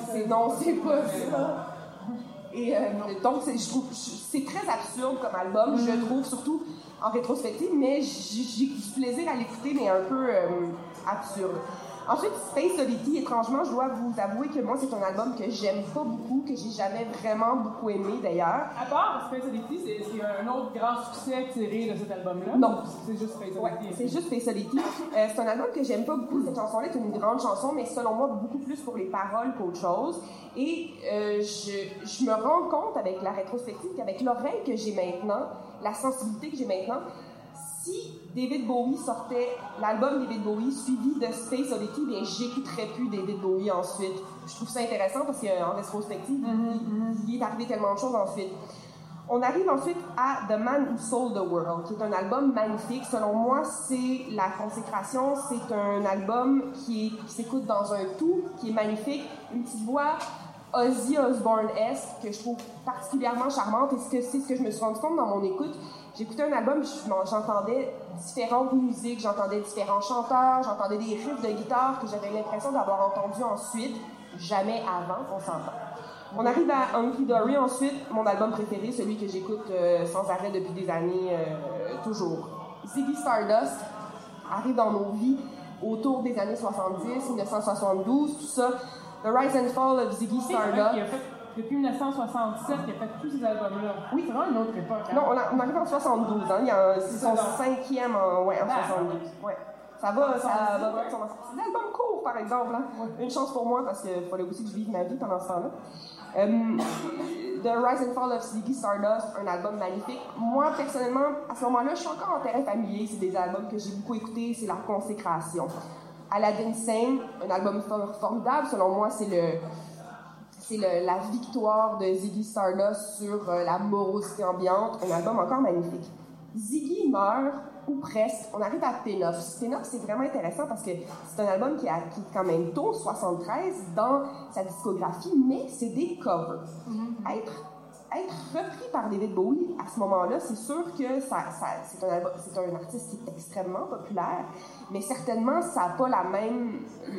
ça. Et donc, je trouve c'est très absurde comme album, je trouve, surtout en rétrospective, mais j'ai du plaisir à l'écouter, mais un peu absurde. Ensuite, Space Oddity, étrangement, je dois vous avouer que moi, c'est un album que j'aime pas beaucoup, que j'ai jamais vraiment beaucoup aimé, d'ailleurs. À part Space Oddity, c'est un autre grand succès tiré de cet album-là? Non. C'est juste Space Oddity. Ouais, c'est juste Space Oddity. C'est un album que j'aime pas beaucoup. Cette chanson-là est une grande chanson, mais selon moi, beaucoup plus pour les paroles qu'autre chose. Et je me rends compte, avec la rétrospective, qu'avec l'oreille que j'ai maintenant, la sensibilité que j'ai maintenant, si David Bowie sortait l'album David Bowie suivi de Space Oddity, bien, j'écouterais plus David Bowie ensuite. Je trouve ça intéressant parce qu'en rétrospective, il est arrivé tellement de choses ensuite. On arrive ensuite à The Man Who Sold the World, qui est un album magnifique. Selon moi, c'est la consécration. C'est un album qui s'écoute dans un tout, qui est magnifique. Une petite voix Ozzy Osbourne-esque que je trouve particulièrement charmante. Et c'est ce que je me suis rendu compte dans mon écoute. J'écoutais un album, j'entendais différentes musiques, j'entendais différents chanteurs, j'entendais des riffs de guitare que j'avais l'impression d'avoir entendus ensuite, jamais avant, on s'entend. On arrive à Hunky Dory ensuite, mon album préféré, celui que j'écoute sans arrêt depuis des années, toujours. Ziggy Stardust arrive dans nos vies autour des années 70, 1972, tout ça. The Rise and Fall of Ziggy Stardust. Depuis 1967, il a fait tous ces albums-là. Oui. C'est vraiment une autre époque. Hein? Non, on arrive en 72. Hein? C'est son 5e en 72. Ouais. Ça va. C'est un album court, par exemple. Hein? Ouais. Une chance pour moi, parce qu'il fallait aussi que je vive ma vie pendant ce temps-là. The Rise and Fall of Ziggy Stardust, un album magnifique. Moi, personnellement, à ce moment-là, je suis encore en terrain familier. C'est des albums que j'ai beaucoup écoutés. C'est la consécration. Aladdin Sane, un album formidable. Selon moi, c'est la victoire de Ziggy Stardust sur la morosité ambiante, un album encore magnifique. Ziggy meurt, ou presque, on arrive à Pin-Ups. Pin-Ups, c'est vraiment intéressant parce que c'est un album qui est quand même tôt, 73, dans sa discographie, mais c'est des covers. Être repris par David Bowie à ce moment-là, c'est sûr que c'est un artiste qui est extrêmement populaire, mais certainement ça n'a pas la même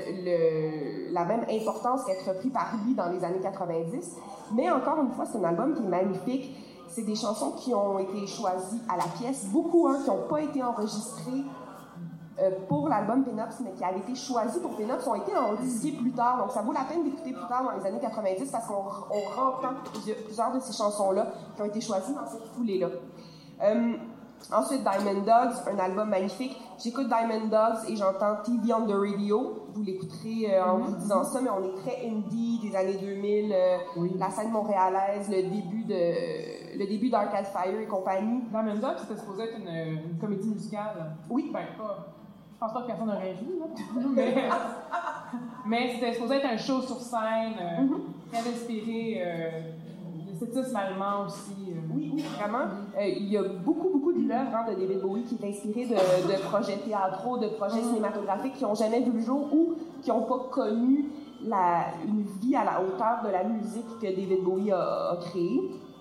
importance qu'être repris par lui dans les années 90. Mais encore une fois, c'est un album qui est magnifique. C'est des chansons qui ont été choisies à la pièce, beaucoup qui n'ont pas été enregistrées pour l'album Pin-Ups, mais qui avaient été choisis pour Pin-Ups, ont été enregistrés plus tard. Donc, ça vaut la peine d'écouter plus tard dans les années 90 parce qu'on entend plusieurs de ces chansons-là qui ont été choisies dans cette foulée-là. Ensuite, Diamond Dogs, un album magnifique. J'écoute Diamond Dogs et j'entends TV on the Radio. Vous l'écouterez en vous disant ça, mais on est très indie des années 2000. La scène montréalaise, le début d'Arcade Fire et compagnie. Diamond Dogs, c'était supposé être une comédie musicale. Oui. Ben, pas... Je pense pas que personne n'aurait ri, là. mais c'était supposé être un show sur scène, très inspiré l'esthétisme allemand aussi. Oui, vraiment. Il y a beaucoup de l'œuvre de David Bowie qui est inspirée de projets théâtraux, de projets cinématographiques qui n'ont jamais vu le jour ou qui n'ont pas connu une vie à la hauteur de la musique que David Bowie a créée.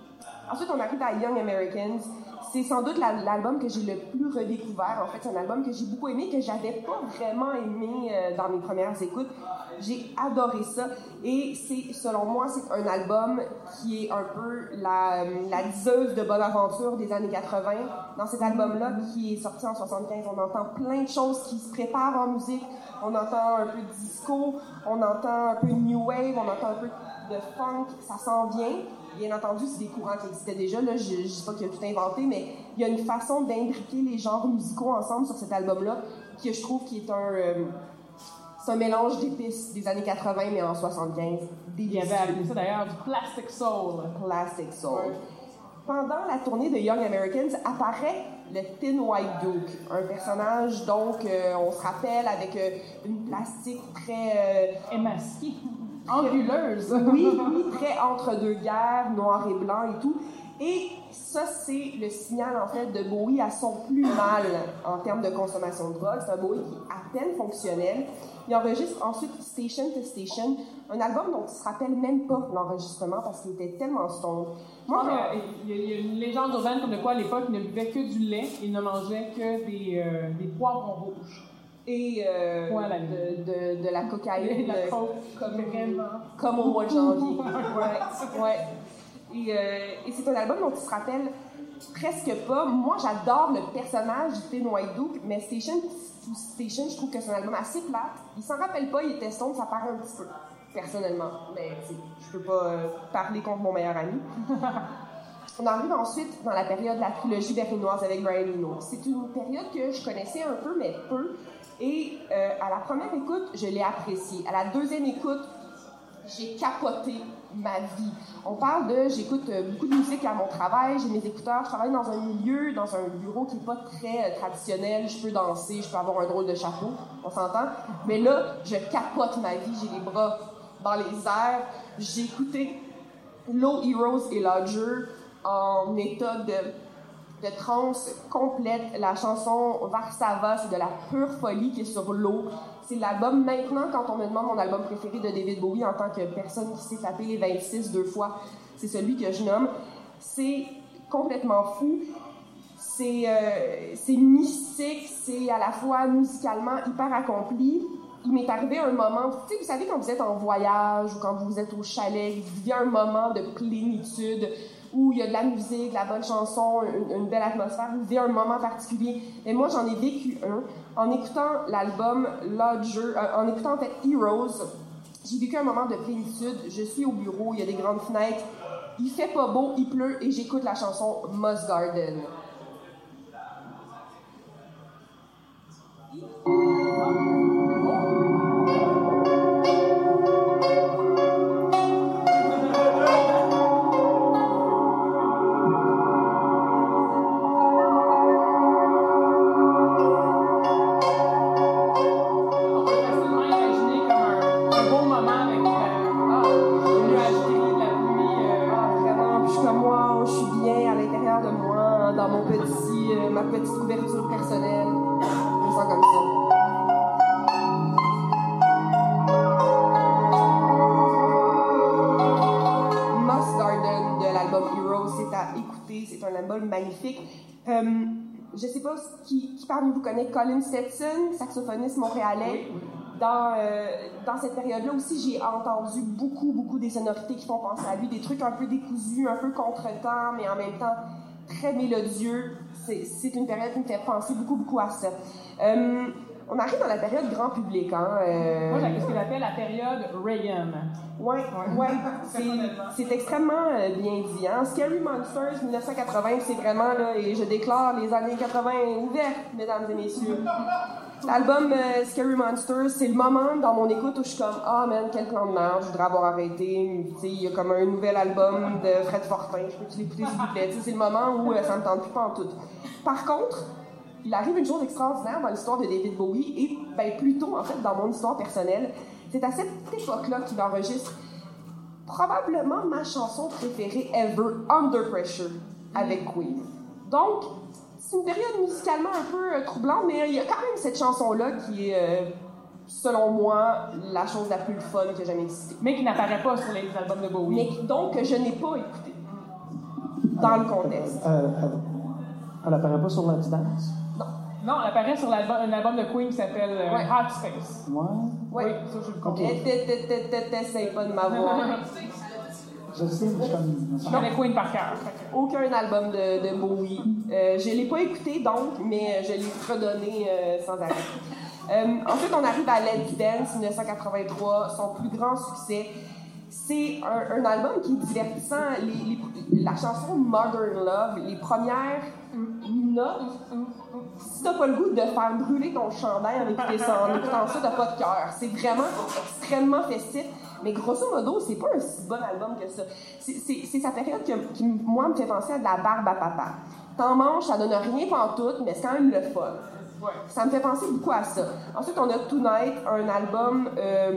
Ensuite, on arrive à Young Americans. C'est sans doute l'album que j'ai le plus redécouvert. En fait, c'est un album que j'ai beaucoup aimé, que j'avais pas vraiment aimé dans mes premières écoutes. J'ai adoré ça. Et selon moi, c'est un album qui est un peu la diseuse de Bonaventure des années 80. Dans cet album-là, qui est sorti en 75, on entend plein de choses qui se préparent en musique. On entend un peu de disco, on entend un peu de new wave, on entend un peu de funk. Ça s'en vient. Bien entendu, c'est des courants qui existaient déjà. Là, je ne dis pas qu'il a tout inventé, mais il y a une façon d'imbriquer les genres musicaux ensemble sur cet album-là que je trouve qui est c'est un mélange d'épices des années 80, mais en 75. Il y avait appelé ça d'ailleurs du Plastic Soul. Plastic Soul. Ouais. Pendant la tournée de Young Americans, apparaît le Thin White Duke, un personnage, donc, on se rappelle, avec une plastique très... émasquée. Anguleuse. Oui, très entre-deux-guerres, noir et blanc et tout. Et ça, c'est le signal, en fait, de Bowie à son plus mal en termes de consommation de drogue. C'est un Bowie qui est à peine fonctionnel. Il enregistre ensuite Station to Station, un album dont il se rappelle même pas l'enregistrement parce qu'il était tellement stone. Moi, il y a une légende urbaine comme de quoi, à l'époque, il ne buvait que du lait, il ne mangeait que des poivrons rouges. Et de la cocaïne, de comme au mois de janvier. Ouais. Et c'est un album dont il se rappelle presque pas. Moi, j'adore le personnage du Thin White Duke, mais Station to Station, je trouve que c'est un album assez plate. Il s'en rappelle pas, il était sombre, ça paraît un petit peu, personnellement. Mais je peux pas parler contre mon meilleur ami. On arrive ensuite dans la période de la trilogie berlinoise avec Brian Eno. C'est une période que je connaissais un peu, mais peu. Et à la première écoute, je l'ai appréciée. À la deuxième écoute, j'ai capoté ma vie. On parle j'écoute beaucoup de musique à mon travail, j'ai mes écouteurs, je travaille dans un milieu, dans un bureau qui n'est pas très traditionnel, je peux danser, je peux avoir un drôle de chapeau, on s'entend. Mais là, je capote ma vie, j'ai les bras dans les airs. J'ai écouté Low Heroes et Lodger en état de trance complète. La chanson Varsava, c'est de la pure folie qui est sur l'eau. C'est l'album, maintenant, quand on me demande mon album préféré de David Bowie en tant que personne qui s'est tapé les 26 deux fois, c'est celui que je nomme. C'est complètement fou. C'est mystique, c'est à la fois musicalement hyper accompli. Il m'est arrivé un moment, tu sais, vous savez, quand vous êtes en voyage ou quand vous êtes au chalet, vous vivez un moment de plénitude où il y a de la musique, de la bonne chanson, une belle atmosphère, vous vivez un moment particulier. Et moi, j'en ai vécu un. En écoutant l'album Lodger, en écoutant en fait Heroes, j'ai vécu un moment de plénitude. Je suis au bureau, il y a des grandes fenêtres, il fait pas beau, il pleut, et j'écoute la chanson Moss Garden. Ma petite couverture personnelle, je me sens comme ça. Moss Garden de l'album Heroes, c'est à écouter, c'est un album magnifique. Je sais pas qui parmi vous connaît Colin Stetson, saxophoniste montréalais. Dans cette période-là aussi, j'ai entendu beaucoup des sonorités qui font penser à lui, des trucs un peu décousus, un peu contre-temps, mais en même temps très mélodieux. C'est une période qui me fait penser beaucoup à ça. On arrive dans la période grand public. Moi, j'ai ce que j'appelle la période Reagan. Ouais. C'est extrêmement bien dit. Hein? Scary Monsters 1980, c'est vraiment là, et je déclare les années 80 ouvertes, mesdames et messieurs. L'album Scary Monsters, c'est le moment dans mon écoute où je suis comme « Ah, man, quel plan de merde, je voudrais avoir arrêté. » Il y a comme un nouvel album de Fred Fortin, je peux-tu l'écouter s'il vous plaît? C'est le moment où ça me tente plus pas en tout. Par contre, il arrive une chose extraordinaire dans l'histoire de David Bowie et plutôt, en fait, dans mon histoire personnelle. C'est à cette époque-là qu'il enregistre probablement ma chanson préférée ever, Under Pressure, avec Queen. Donc, c'est une période musicalement un peu troublante, mais il y a quand même cette chanson-là qui est, selon moi, la chose la plus fun qui a jamais existé. Mais qui n'apparaît pas sur les albums de Bowie. Mais donc, que je n'ai pas écouté. dans le contexte. Elle apparaît pas sur Let's Dance? Non, elle apparaît sur un album de Queen qui s'appelle Hot Space. Ouais. Oui, ça je le comprends. T'essayes pas de m'avoir. Je sais, mais je connais Queen par cœur. Aucun album de Bowie. Je l'ai pas écouté donc, mais je l'ai redonné sans arrêt. Ensuite, on arrive à Let's Dance 1983, son plus grand succès. C'est un album qui est divertissant. La chanson Modern Love, les premières notes, si t'as pas le goût de faire brûler ton chandail en écoutant ça, t'as pas de cœur. C'est vraiment extrêmement festif. Mais grosso modo, c'est pas un si bon album que ça. C'est sa période qui, moi, me fait penser à de la barbe à papa. T'en manges, ça donne rien pantoute, mais c'est quand même le fun. Ouais. Ça me fait penser beaucoup à ça. Ensuite, on a Tonight, un album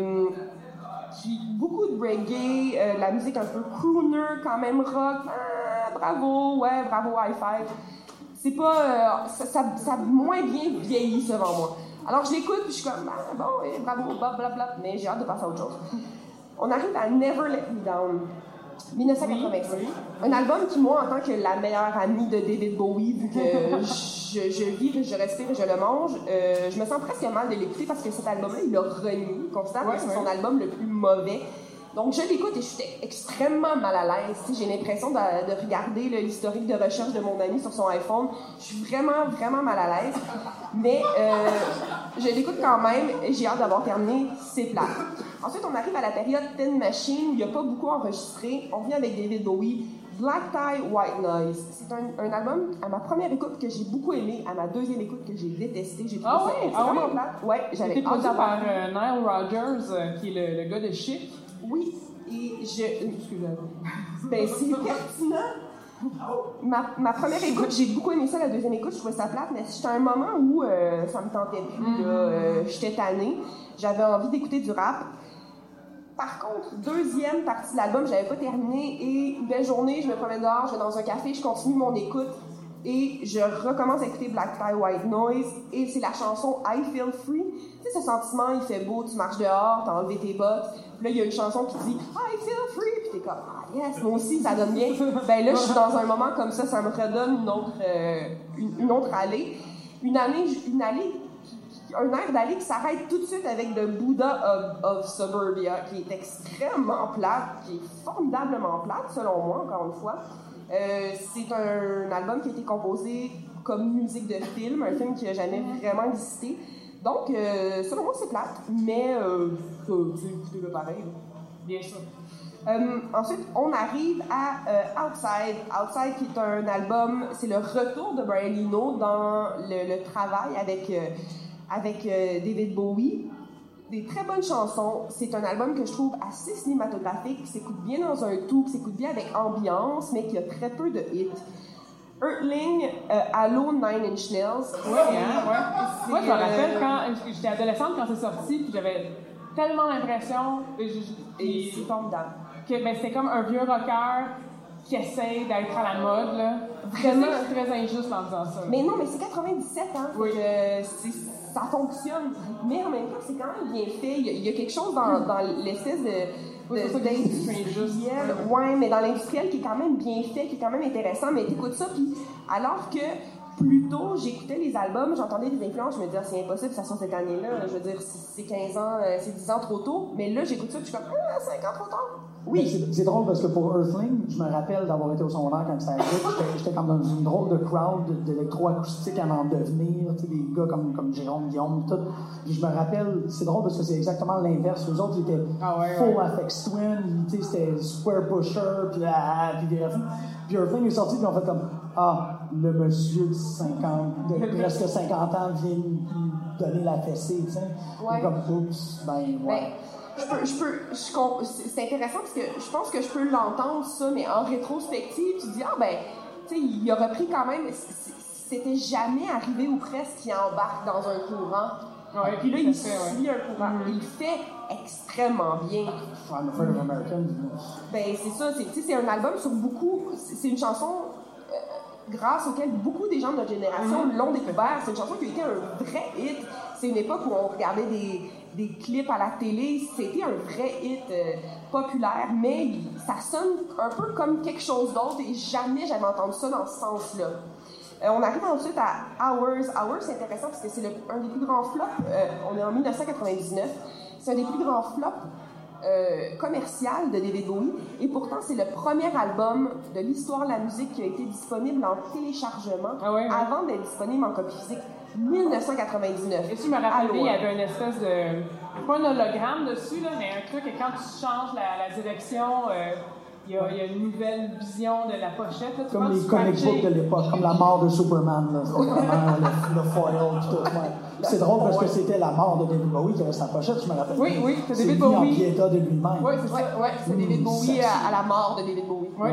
qui beaucoup de reggae, la musique un peu crooner, quand même rock. Bravo, high five. C'est pas... ça a moins bien vieilli, selon moi. Alors, je l'écoute, puis je suis comme, bravo, blablabla, mais j'ai hâte de passer à autre chose. On arrive à Never Let Me Down, 1985. Un album qui, moi, en tant que la meilleure amie de David Bowie, vu que je vis, je respire et je le mange, je me sens presque mal de l'écouter parce que cet album-là, il l'a renié, il constate que c'est son album le plus mauvais. Donc, je l'écoute et je suis extrêmement mal à l'aise. J'ai l'impression de regarder l'historique de recherche de mon ami sur son iPhone. Je suis vraiment, vraiment mal à l'aise. Mais je l'écoute quand même et j'ai hâte d'avoir terminé. C'est plat. Ensuite, on arrive à la période Tin Machine où il n'y a pas beaucoup enregistré. On vient avec David Bowie. Black Tie, White Noise. C'est un album, à ma première écoute, que j'ai beaucoup aimé. À ma deuxième écoute, que j'ai détesté. J'ai trouvé ça vraiment plate. Ouais, j'avais hâte d'avoir... par Nile Rodgers, qui est le gars de Chic. Oui, et ben, c'est pertinent. Ma première écoute, j'ai beaucoup aimé ça. La deuxième écoute, je trouvais ça plate, mais c'était un moment où ça me tentait plus. J'étais tannée. J'avais envie d'écouter du rap. Par contre, deuxième partie de l'album, j'avais pas terminé. Et une belle journée, je me promène dehors, je vais dans un café, je continue mon écoute. Et je recommence à écouter Black Tie, White Noise. Et c'est la chanson I Feel Free. Tu sais, ce sentiment, il fait beau, tu marches dehors, t'as enlevé tes bottes. Puis là, il y a une chanson qui dit I Feel Free. Puis t'es comme, ah yes, moi aussi, ça donne bien. Ben là, je suis dans un moment comme ça me redonne une autre allée. Un air d'allée qui s'arrête tout de suite avec The Buddha of Suburbia, qui est extrêmement plate, qui est formidablement plate, selon moi, encore une fois. C'est un album qui a été composé comme musique de film, un film qui n'a jamais vraiment existé. Donc, selon moi, c'est plate, mais c'est pareil. Bien sûr. Ensuite, on arrive à Outside. Outside, qui est un album, c'est le retour de Brian Eno dans le travail avec David Bowie. Des très bonnes chansons. C'est un album que je trouve assez cinématographique, qui s'écoute bien dans un tout, qui s'écoute bien avec ambiance, mais qui a très peu de hits. Earthling, Halo, Nine Inch Nails. Ouais. Moi, je me rappelle quand j'étais adolescente, quand c'est sorti, puis j'avais tellement l'impression... Et c'est formidable. Que c'était comme un vieux rocker qui essaie d'être à la mode, là. Vraiment très injuste en disant ça. Mais non, mais c'est 97, hein. Oui. Ça fonctionne. Mais en même temps, c'est quand même bien fait. Il y a quelque chose dans l'espèce d'industriel. Ouais, mais dans l'industriel qui est quand même bien fait, qui est quand même intéressant. Mais t'écoutes ça, puis alors que plus tôt, j'écoutais les albums, j'entendais des influences, je me disais, c'est impossible que ça soit cette année-là. Je veux dire, c'est 15 ans, c'est 10 ans trop tôt. Mais là, j'écoute ça, puis je suis comme, 5 ans trop tôt. Oui. C'est drôle parce que pour Earthling, je me rappelle d'avoir été au secondaire quand ça arrivait. J'étais comme dans une drôle de crowd d'électroacoustique à en devenir, tu sais, des gars comme Jérôme, Guillaume, tout. Puis je me rappelle, c'est drôle parce que c'est exactement l'inverse. Eux autres, ils étaient full Aphex Twin, tu sais, c'était Square Pusher, puis des refus. Puis Earthling est sorti, puis on fait comme, le monsieur de presque 50 ans vient nous donner la fessée, tu sais. Ouais. Comme, oups, c'est intéressant parce que je pense que je peux l'entendre, ça, mais en rétrospective, tu dis, tu sais, il a repris quand même, c'était jamais arrivé ou presque qu'il embarque dans un courant. Ouais, puis là, il suit un courant. Il le fait extrêmement bien. I'm Afraid of Americans. Ben, c'est ça, c'est un album sur beaucoup, c'est une chanson grâce auquel beaucoup des gens de notre génération l'ont découvert. C'est une chanson qui a été un vrai hit. C'est une époque où on regardait des clips à la télé. C'était un vrai hit populaire, mais ça sonne un peu comme quelque chose d'autre et jamais j'avais entendu ça dans ce sens-là. On arrive ensuite à Hours. Hours, c'est intéressant parce que c'est un des plus grands flops. On est en 1999. C'est un des plus grands flops commercial de David Bowie. Et pourtant, c'est le premier album de l'histoire de la musique qui a été disponible en téléchargement avant d'être disponible en copie physique. 1999. Et tu me rappelles, il y avait une espèce de... pas un hologramme dessus, là, mais un truc que quand tu changes la direction... il y a une nouvelle vision de la pochette. Là, comme les comic books de l'époque, comme la mort de Superman. Là, c'était vraiment le foil et tout. Ouais. C'est drôle parce que c'était la mort de David Bowie qui avait sa pochette, je me rappelle. Oui, c'est lui David Bowie. en piéta de lui-même. Oui, c'est ça. C'est David Bowie à la mort de David Bowie. Oui.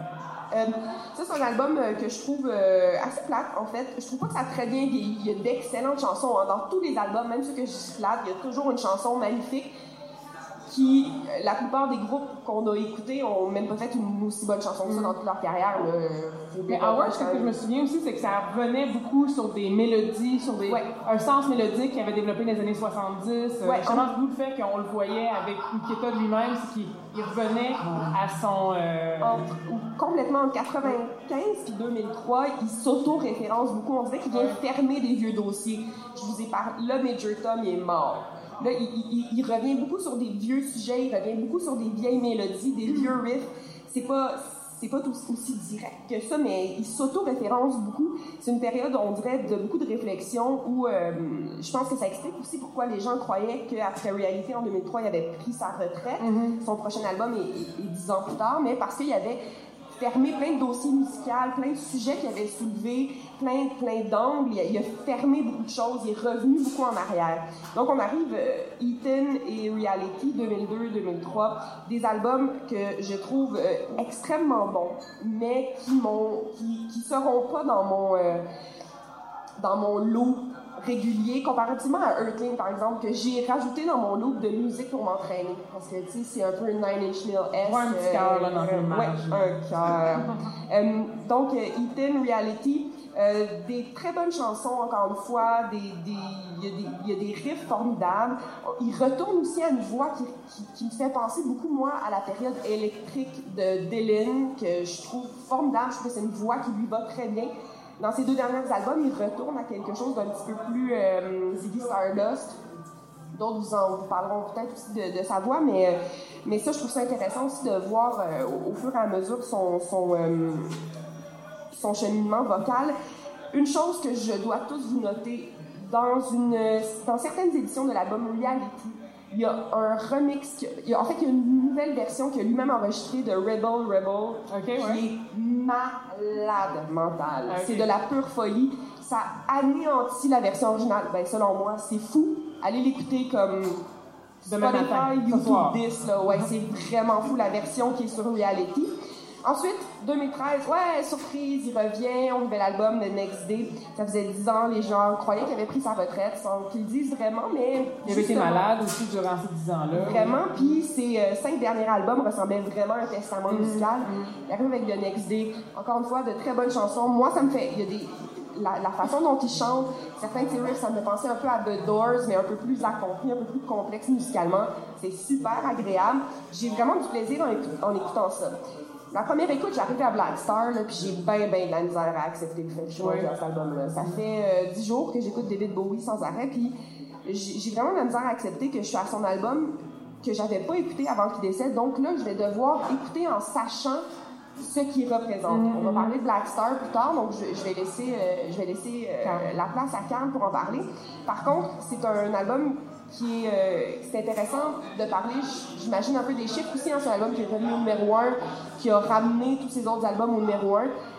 Ça, c'est un album que je trouve assez plate, en fait. Je trouve pas que ça a très bien vieilli. Il y a d'excellentes chansons. Hein. Dans tous les albums, même ceux que je plate, il y a toujours une chanson magnifique qui, la plupart des groupes qu'on a écoutés ont même pas fait une aussi bonne chanson que ça dans toute leur carrière. Mais Hours, ce que je me souviens aussi, c'est que ça revenait beaucoup sur des mélodies, sur un sens mélodique qu'il avait développé dans les années 70. Justement, d'où le fait qu'on le voyait avec Nikita de lui-même, c'est qu'il revenait à son... Complètement en 95 puis 2003, il s'auto-référence beaucoup. On dirait qu'il vient fermer des vieux dossiers. Je vous ai parlé, là, Major Tom, il est mort. Là, il revient beaucoup sur des vieux sujets, il revient beaucoup sur des vieilles mélodies, des vieux riffs. C'est pas tout aussi direct que ça, mais il s'auto-référence beaucoup. C'est une période, on dirait, de beaucoup de réflexion où je pense que ça explique aussi pourquoi les gens croyaient qu'après Reality, en 2003, il avait pris sa retraite. Son prochain album est 10 ans plus tard, mais parce qu'il y avait fermé plein de dossiers musicaux, plein de sujets qu'il avait soulevés, plein d'angles. Il a fermé beaucoup de choses. Il est revenu beaucoup en arrière. Donc, on arrive Eaton et Reality 2002-2003, des albums que je trouve extrêmement bons, mais qui seront pas dans mon lot régulier, comparativement à Earthling, par exemple, que j'ai rajouté dans mon loop de musique pour m'entraîner. Parce que, tu sais, c'est un peu Nine Inch Nails-esque. Un petit cœur, là, dans l'image. Un cœur. Donc, Eaton, Reality, des très bonnes chansons, encore une fois, il y a des riffs formidables. Il retourne aussi à une voix qui me fait penser beaucoup, moi, à la période électrique de Dylan, que je trouve formidable. Je trouve que c'est une voix qui lui va très bien. Dans ses 2 derniers albums, il retourne à quelque chose d'un petit peu plus Ziggy Stardust. D'autres vous parleront peut-être aussi de sa voix, mais ça, je trouve ça intéressant aussi de voir au fur et à mesure son cheminement vocal. Une chose que je dois tous vous noter, dans certaines éditions de l'album Reality, il y a un remix, il y a une nouvelle version qu'il a lui-même enregistrée de Rebel, qui est malade mentale. C'est de la pure folie. Ça anéantit la version originale. Ben, selon moi, c'est fou. Allez l'écouter comme Spotify, YouTube, This, là. Ouais, c'est vraiment fou, la version qui est sur Reality. Ensuite, 2013, surprise, il revient au nouvel album de Next Day. Ça faisait 10 ans, les gens croyaient qu'il avait pris sa retraite, sans qu'ils le disent vraiment, mais... Il avait été malade aussi durant ces 10 ans-là. Vraiment, puis ses 5 derniers albums ressemblaient vraiment à un testament musical. Il arrive avec The Next Day. Encore une fois, de très bonnes chansons. Moi, ça me fait... Il y a la façon dont il chante, certains de ses riffs, ça me fait penser un peu à The Doors, mais un peu plus accompli, un peu plus complexe musicalement. C'est super agréable. J'ai vraiment du plaisir en écoutant ça. La première écoute, j'ai arrivé à Black Star, là, puis j'ai bien de la misère à accepter le fait que je suis dans cet album-là. Ça fait 10 jours que j'écoute David Bowie sans arrêt, puis j'ai vraiment de la misère à accepter que je suis à son album que j'avais pas écouté avant qu'il décède. Donc là, je vais devoir écouter en sachant ce qu'il représente. On va parler de Black Star plus tard, donc je vais laisser la place à Carl pour en parler. Par contre, c'est un album qui c'est intéressant de parler, j'imagine un peu des chiffres aussi, c'est un album qui est revenu au numéro 1, qui a ramené tous ses autres albums au numéro 1.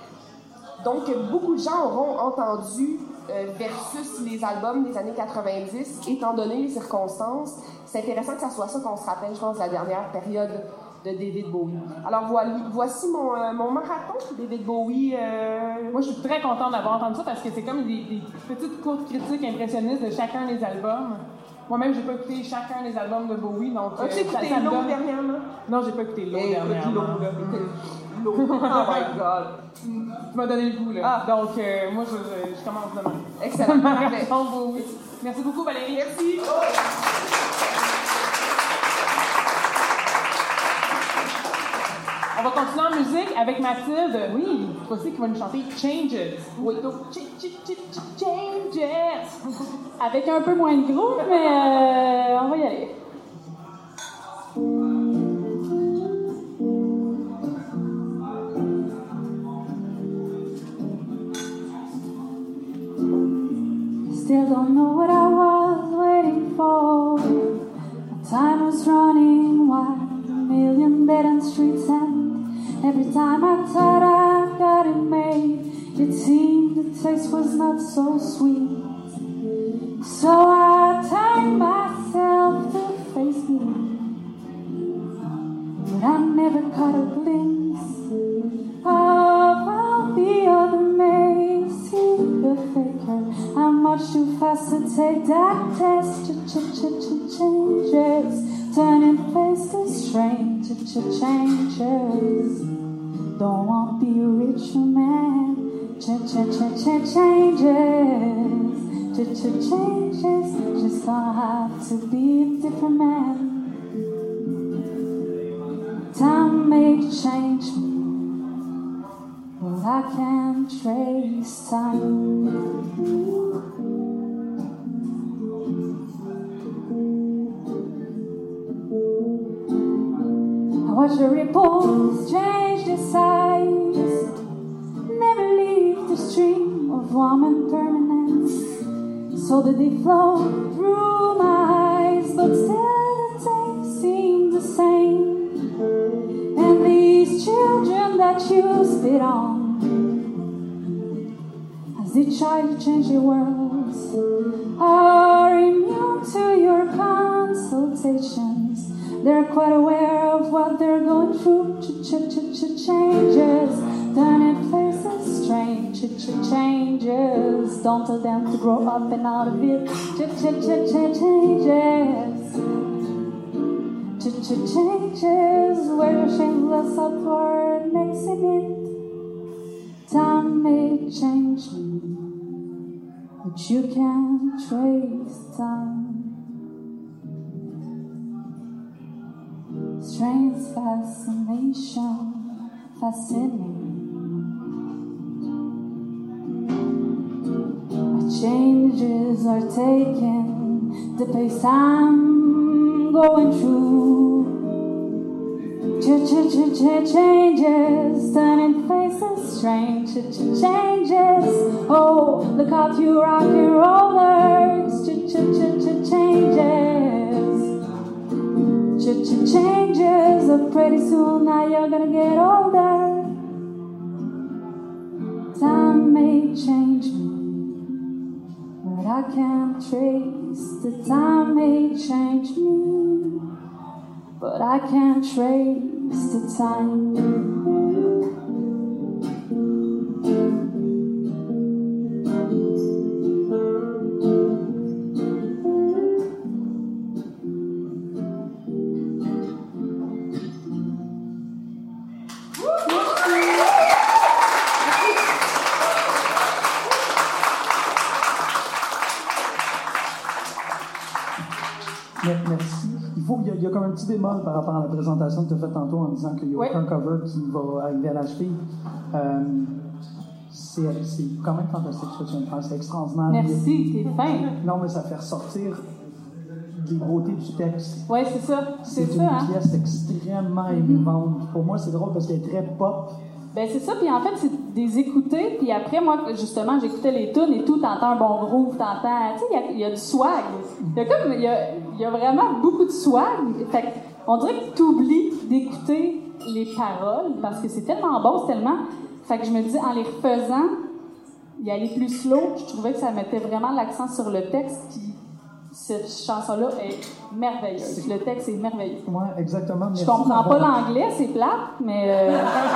Donc, beaucoup de gens auront entendu versus les albums des années 90, étant donné les circonstances. C'est intéressant que ça soit ça qu'on se rappelle, je pense, de la dernière période de David Bowie. Alors, voici mon marathon de David Bowie. Moi, je suis très contente d'avoir entendu ça parce que c'est comme des petites courtes critiques impressionnistes de chacun des albums. Moi-même, j'ai pas écouté chacun des albums de Bowie, donc... As-tu écouté Low dernièrement? Non, j'ai pas écouté Low dernièrement. Low. Oh my God. Tu m'as donné le goût, là. Donc, moi, je commence demain. Excellent. Bowie. Merci beaucoup, Valérie. Merci. va continuer en musique avec Mathilde. Oui, aussi qui va nous chanter Changes. Oui, donc Changes. Avec un peu moins de groove, mais on va y aller. Still don't know what I was waiting for. Time was running wild, a million dead-end streets, and every time I thought I got it made, it seemed the taste was not so sweet. So I turned myself to face me, but I never caught a glimpse of all the other maze. See the faker, I'm much too fast to take that test. Changes, turning faces strange. Changes, don't want to be a richer man. Changes, changes, just gonna have to be a different man. Time may change me, but I can't trace time. Watch the ripples change their size, never leave the stream of warm impermanence, so that they flow through my eyes, but still the taste seems the same. And these children that you spit on, as they try to change their worlds, are immune to your consultations. They're quite aware of what they're going through. Changes, turning faces strange. Changes, don't tell them to grow up and out of it. Changes, changes, wear your shameless upward exhibit. Time may change me, but you can't trace time. Strange fascination, fascinating. My changes are taking the pace I'm going through. Changes, turning faces strange. Changes, oh, look out you rock and rollers. Changes, pretty soon now you're gonna get older. Time may change me, but I can't trace. The time may change me, but I can't trace the time. Merci. Il y a comme un petit bémol par rapport à la présentation que tu as faite tantôt en disant qu'il n'y a aucun cover qui va arriver à la cheville. C'est quand même fantastique ce que tu viens de faire. C'est extraordinaire. Merci, t'es fin. Non, mais ça fait ressortir des beautés du texte. Oui, c'est ça. C'est une pièce extrêmement émouvante. Pour moi, c'est drôle parce qu'elle est très pop. Ben c'est ça, puis en fait, c'est des écouter, puis après, moi, justement, j'écoutais les tunes et tout, t'entends un bon groove, t'entends, tu sais, il y a du swag. Il y a vraiment beaucoup de swag. Fait on dirait que t'oublies d'écouter les paroles, parce que c'est tellement bon, c'est tellement... Fait que je me dis, en les refaisant, y aller plus slow, je trouvais que ça mettait vraiment l'accent sur le texte, puis cette chanson-là est merveilleuse. Le texte est merveilleux. Oui, exactement. Je comprends pas l'anglais, c'est plate, mais...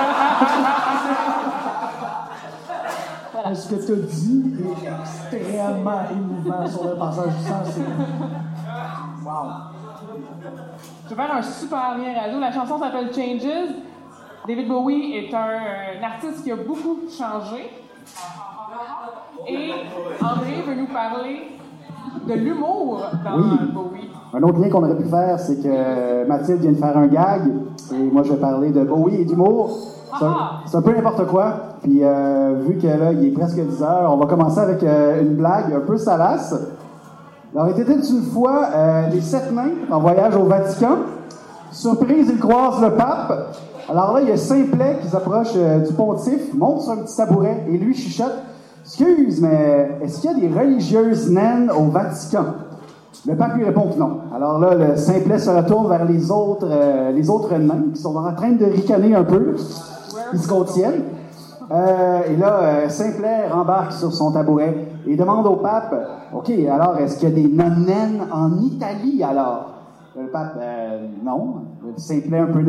Voilà. Ce que tu as dit est extrêmement émouvant sur le passage du sang. C'est... Wow! Je vais faire un super lien radio. La chanson s'appelle Changes. David Bowie est un artiste qui a beaucoup changé. Et André veut nous parler de l'humour dans Bowie. Un autre lien qu'on aurait pu faire, c'est que Mathilde vient de faire un gag, et moi je vais parler de Bowie et d'humour. C'est un peu n'importe quoi. Puis vu que là, il est presque 10 heures, on va commencer avec une blague un peu salace. Alors, il était une fois les 7 nains en voyage au Vatican. Surprise, ils croisent le pape. Alors là, il y a Simplet qui s'approche du pontife, monte sur un petit tabouret, et lui chuchote « Excuse, mais est-ce qu'il y a des religieuses naines au Vatican? » Le pape lui répond que non. Alors là, le Simplet se retourne vers les autres nains qui sont en train de ricaner un peu. Ils se contiennent. Et là, Simplet rembarque sur son tabouret et demande au pape « OK, alors, est-ce qu'il y a des nonnes naines en Italie, alors? » Le pape « Non. » Simplet un peu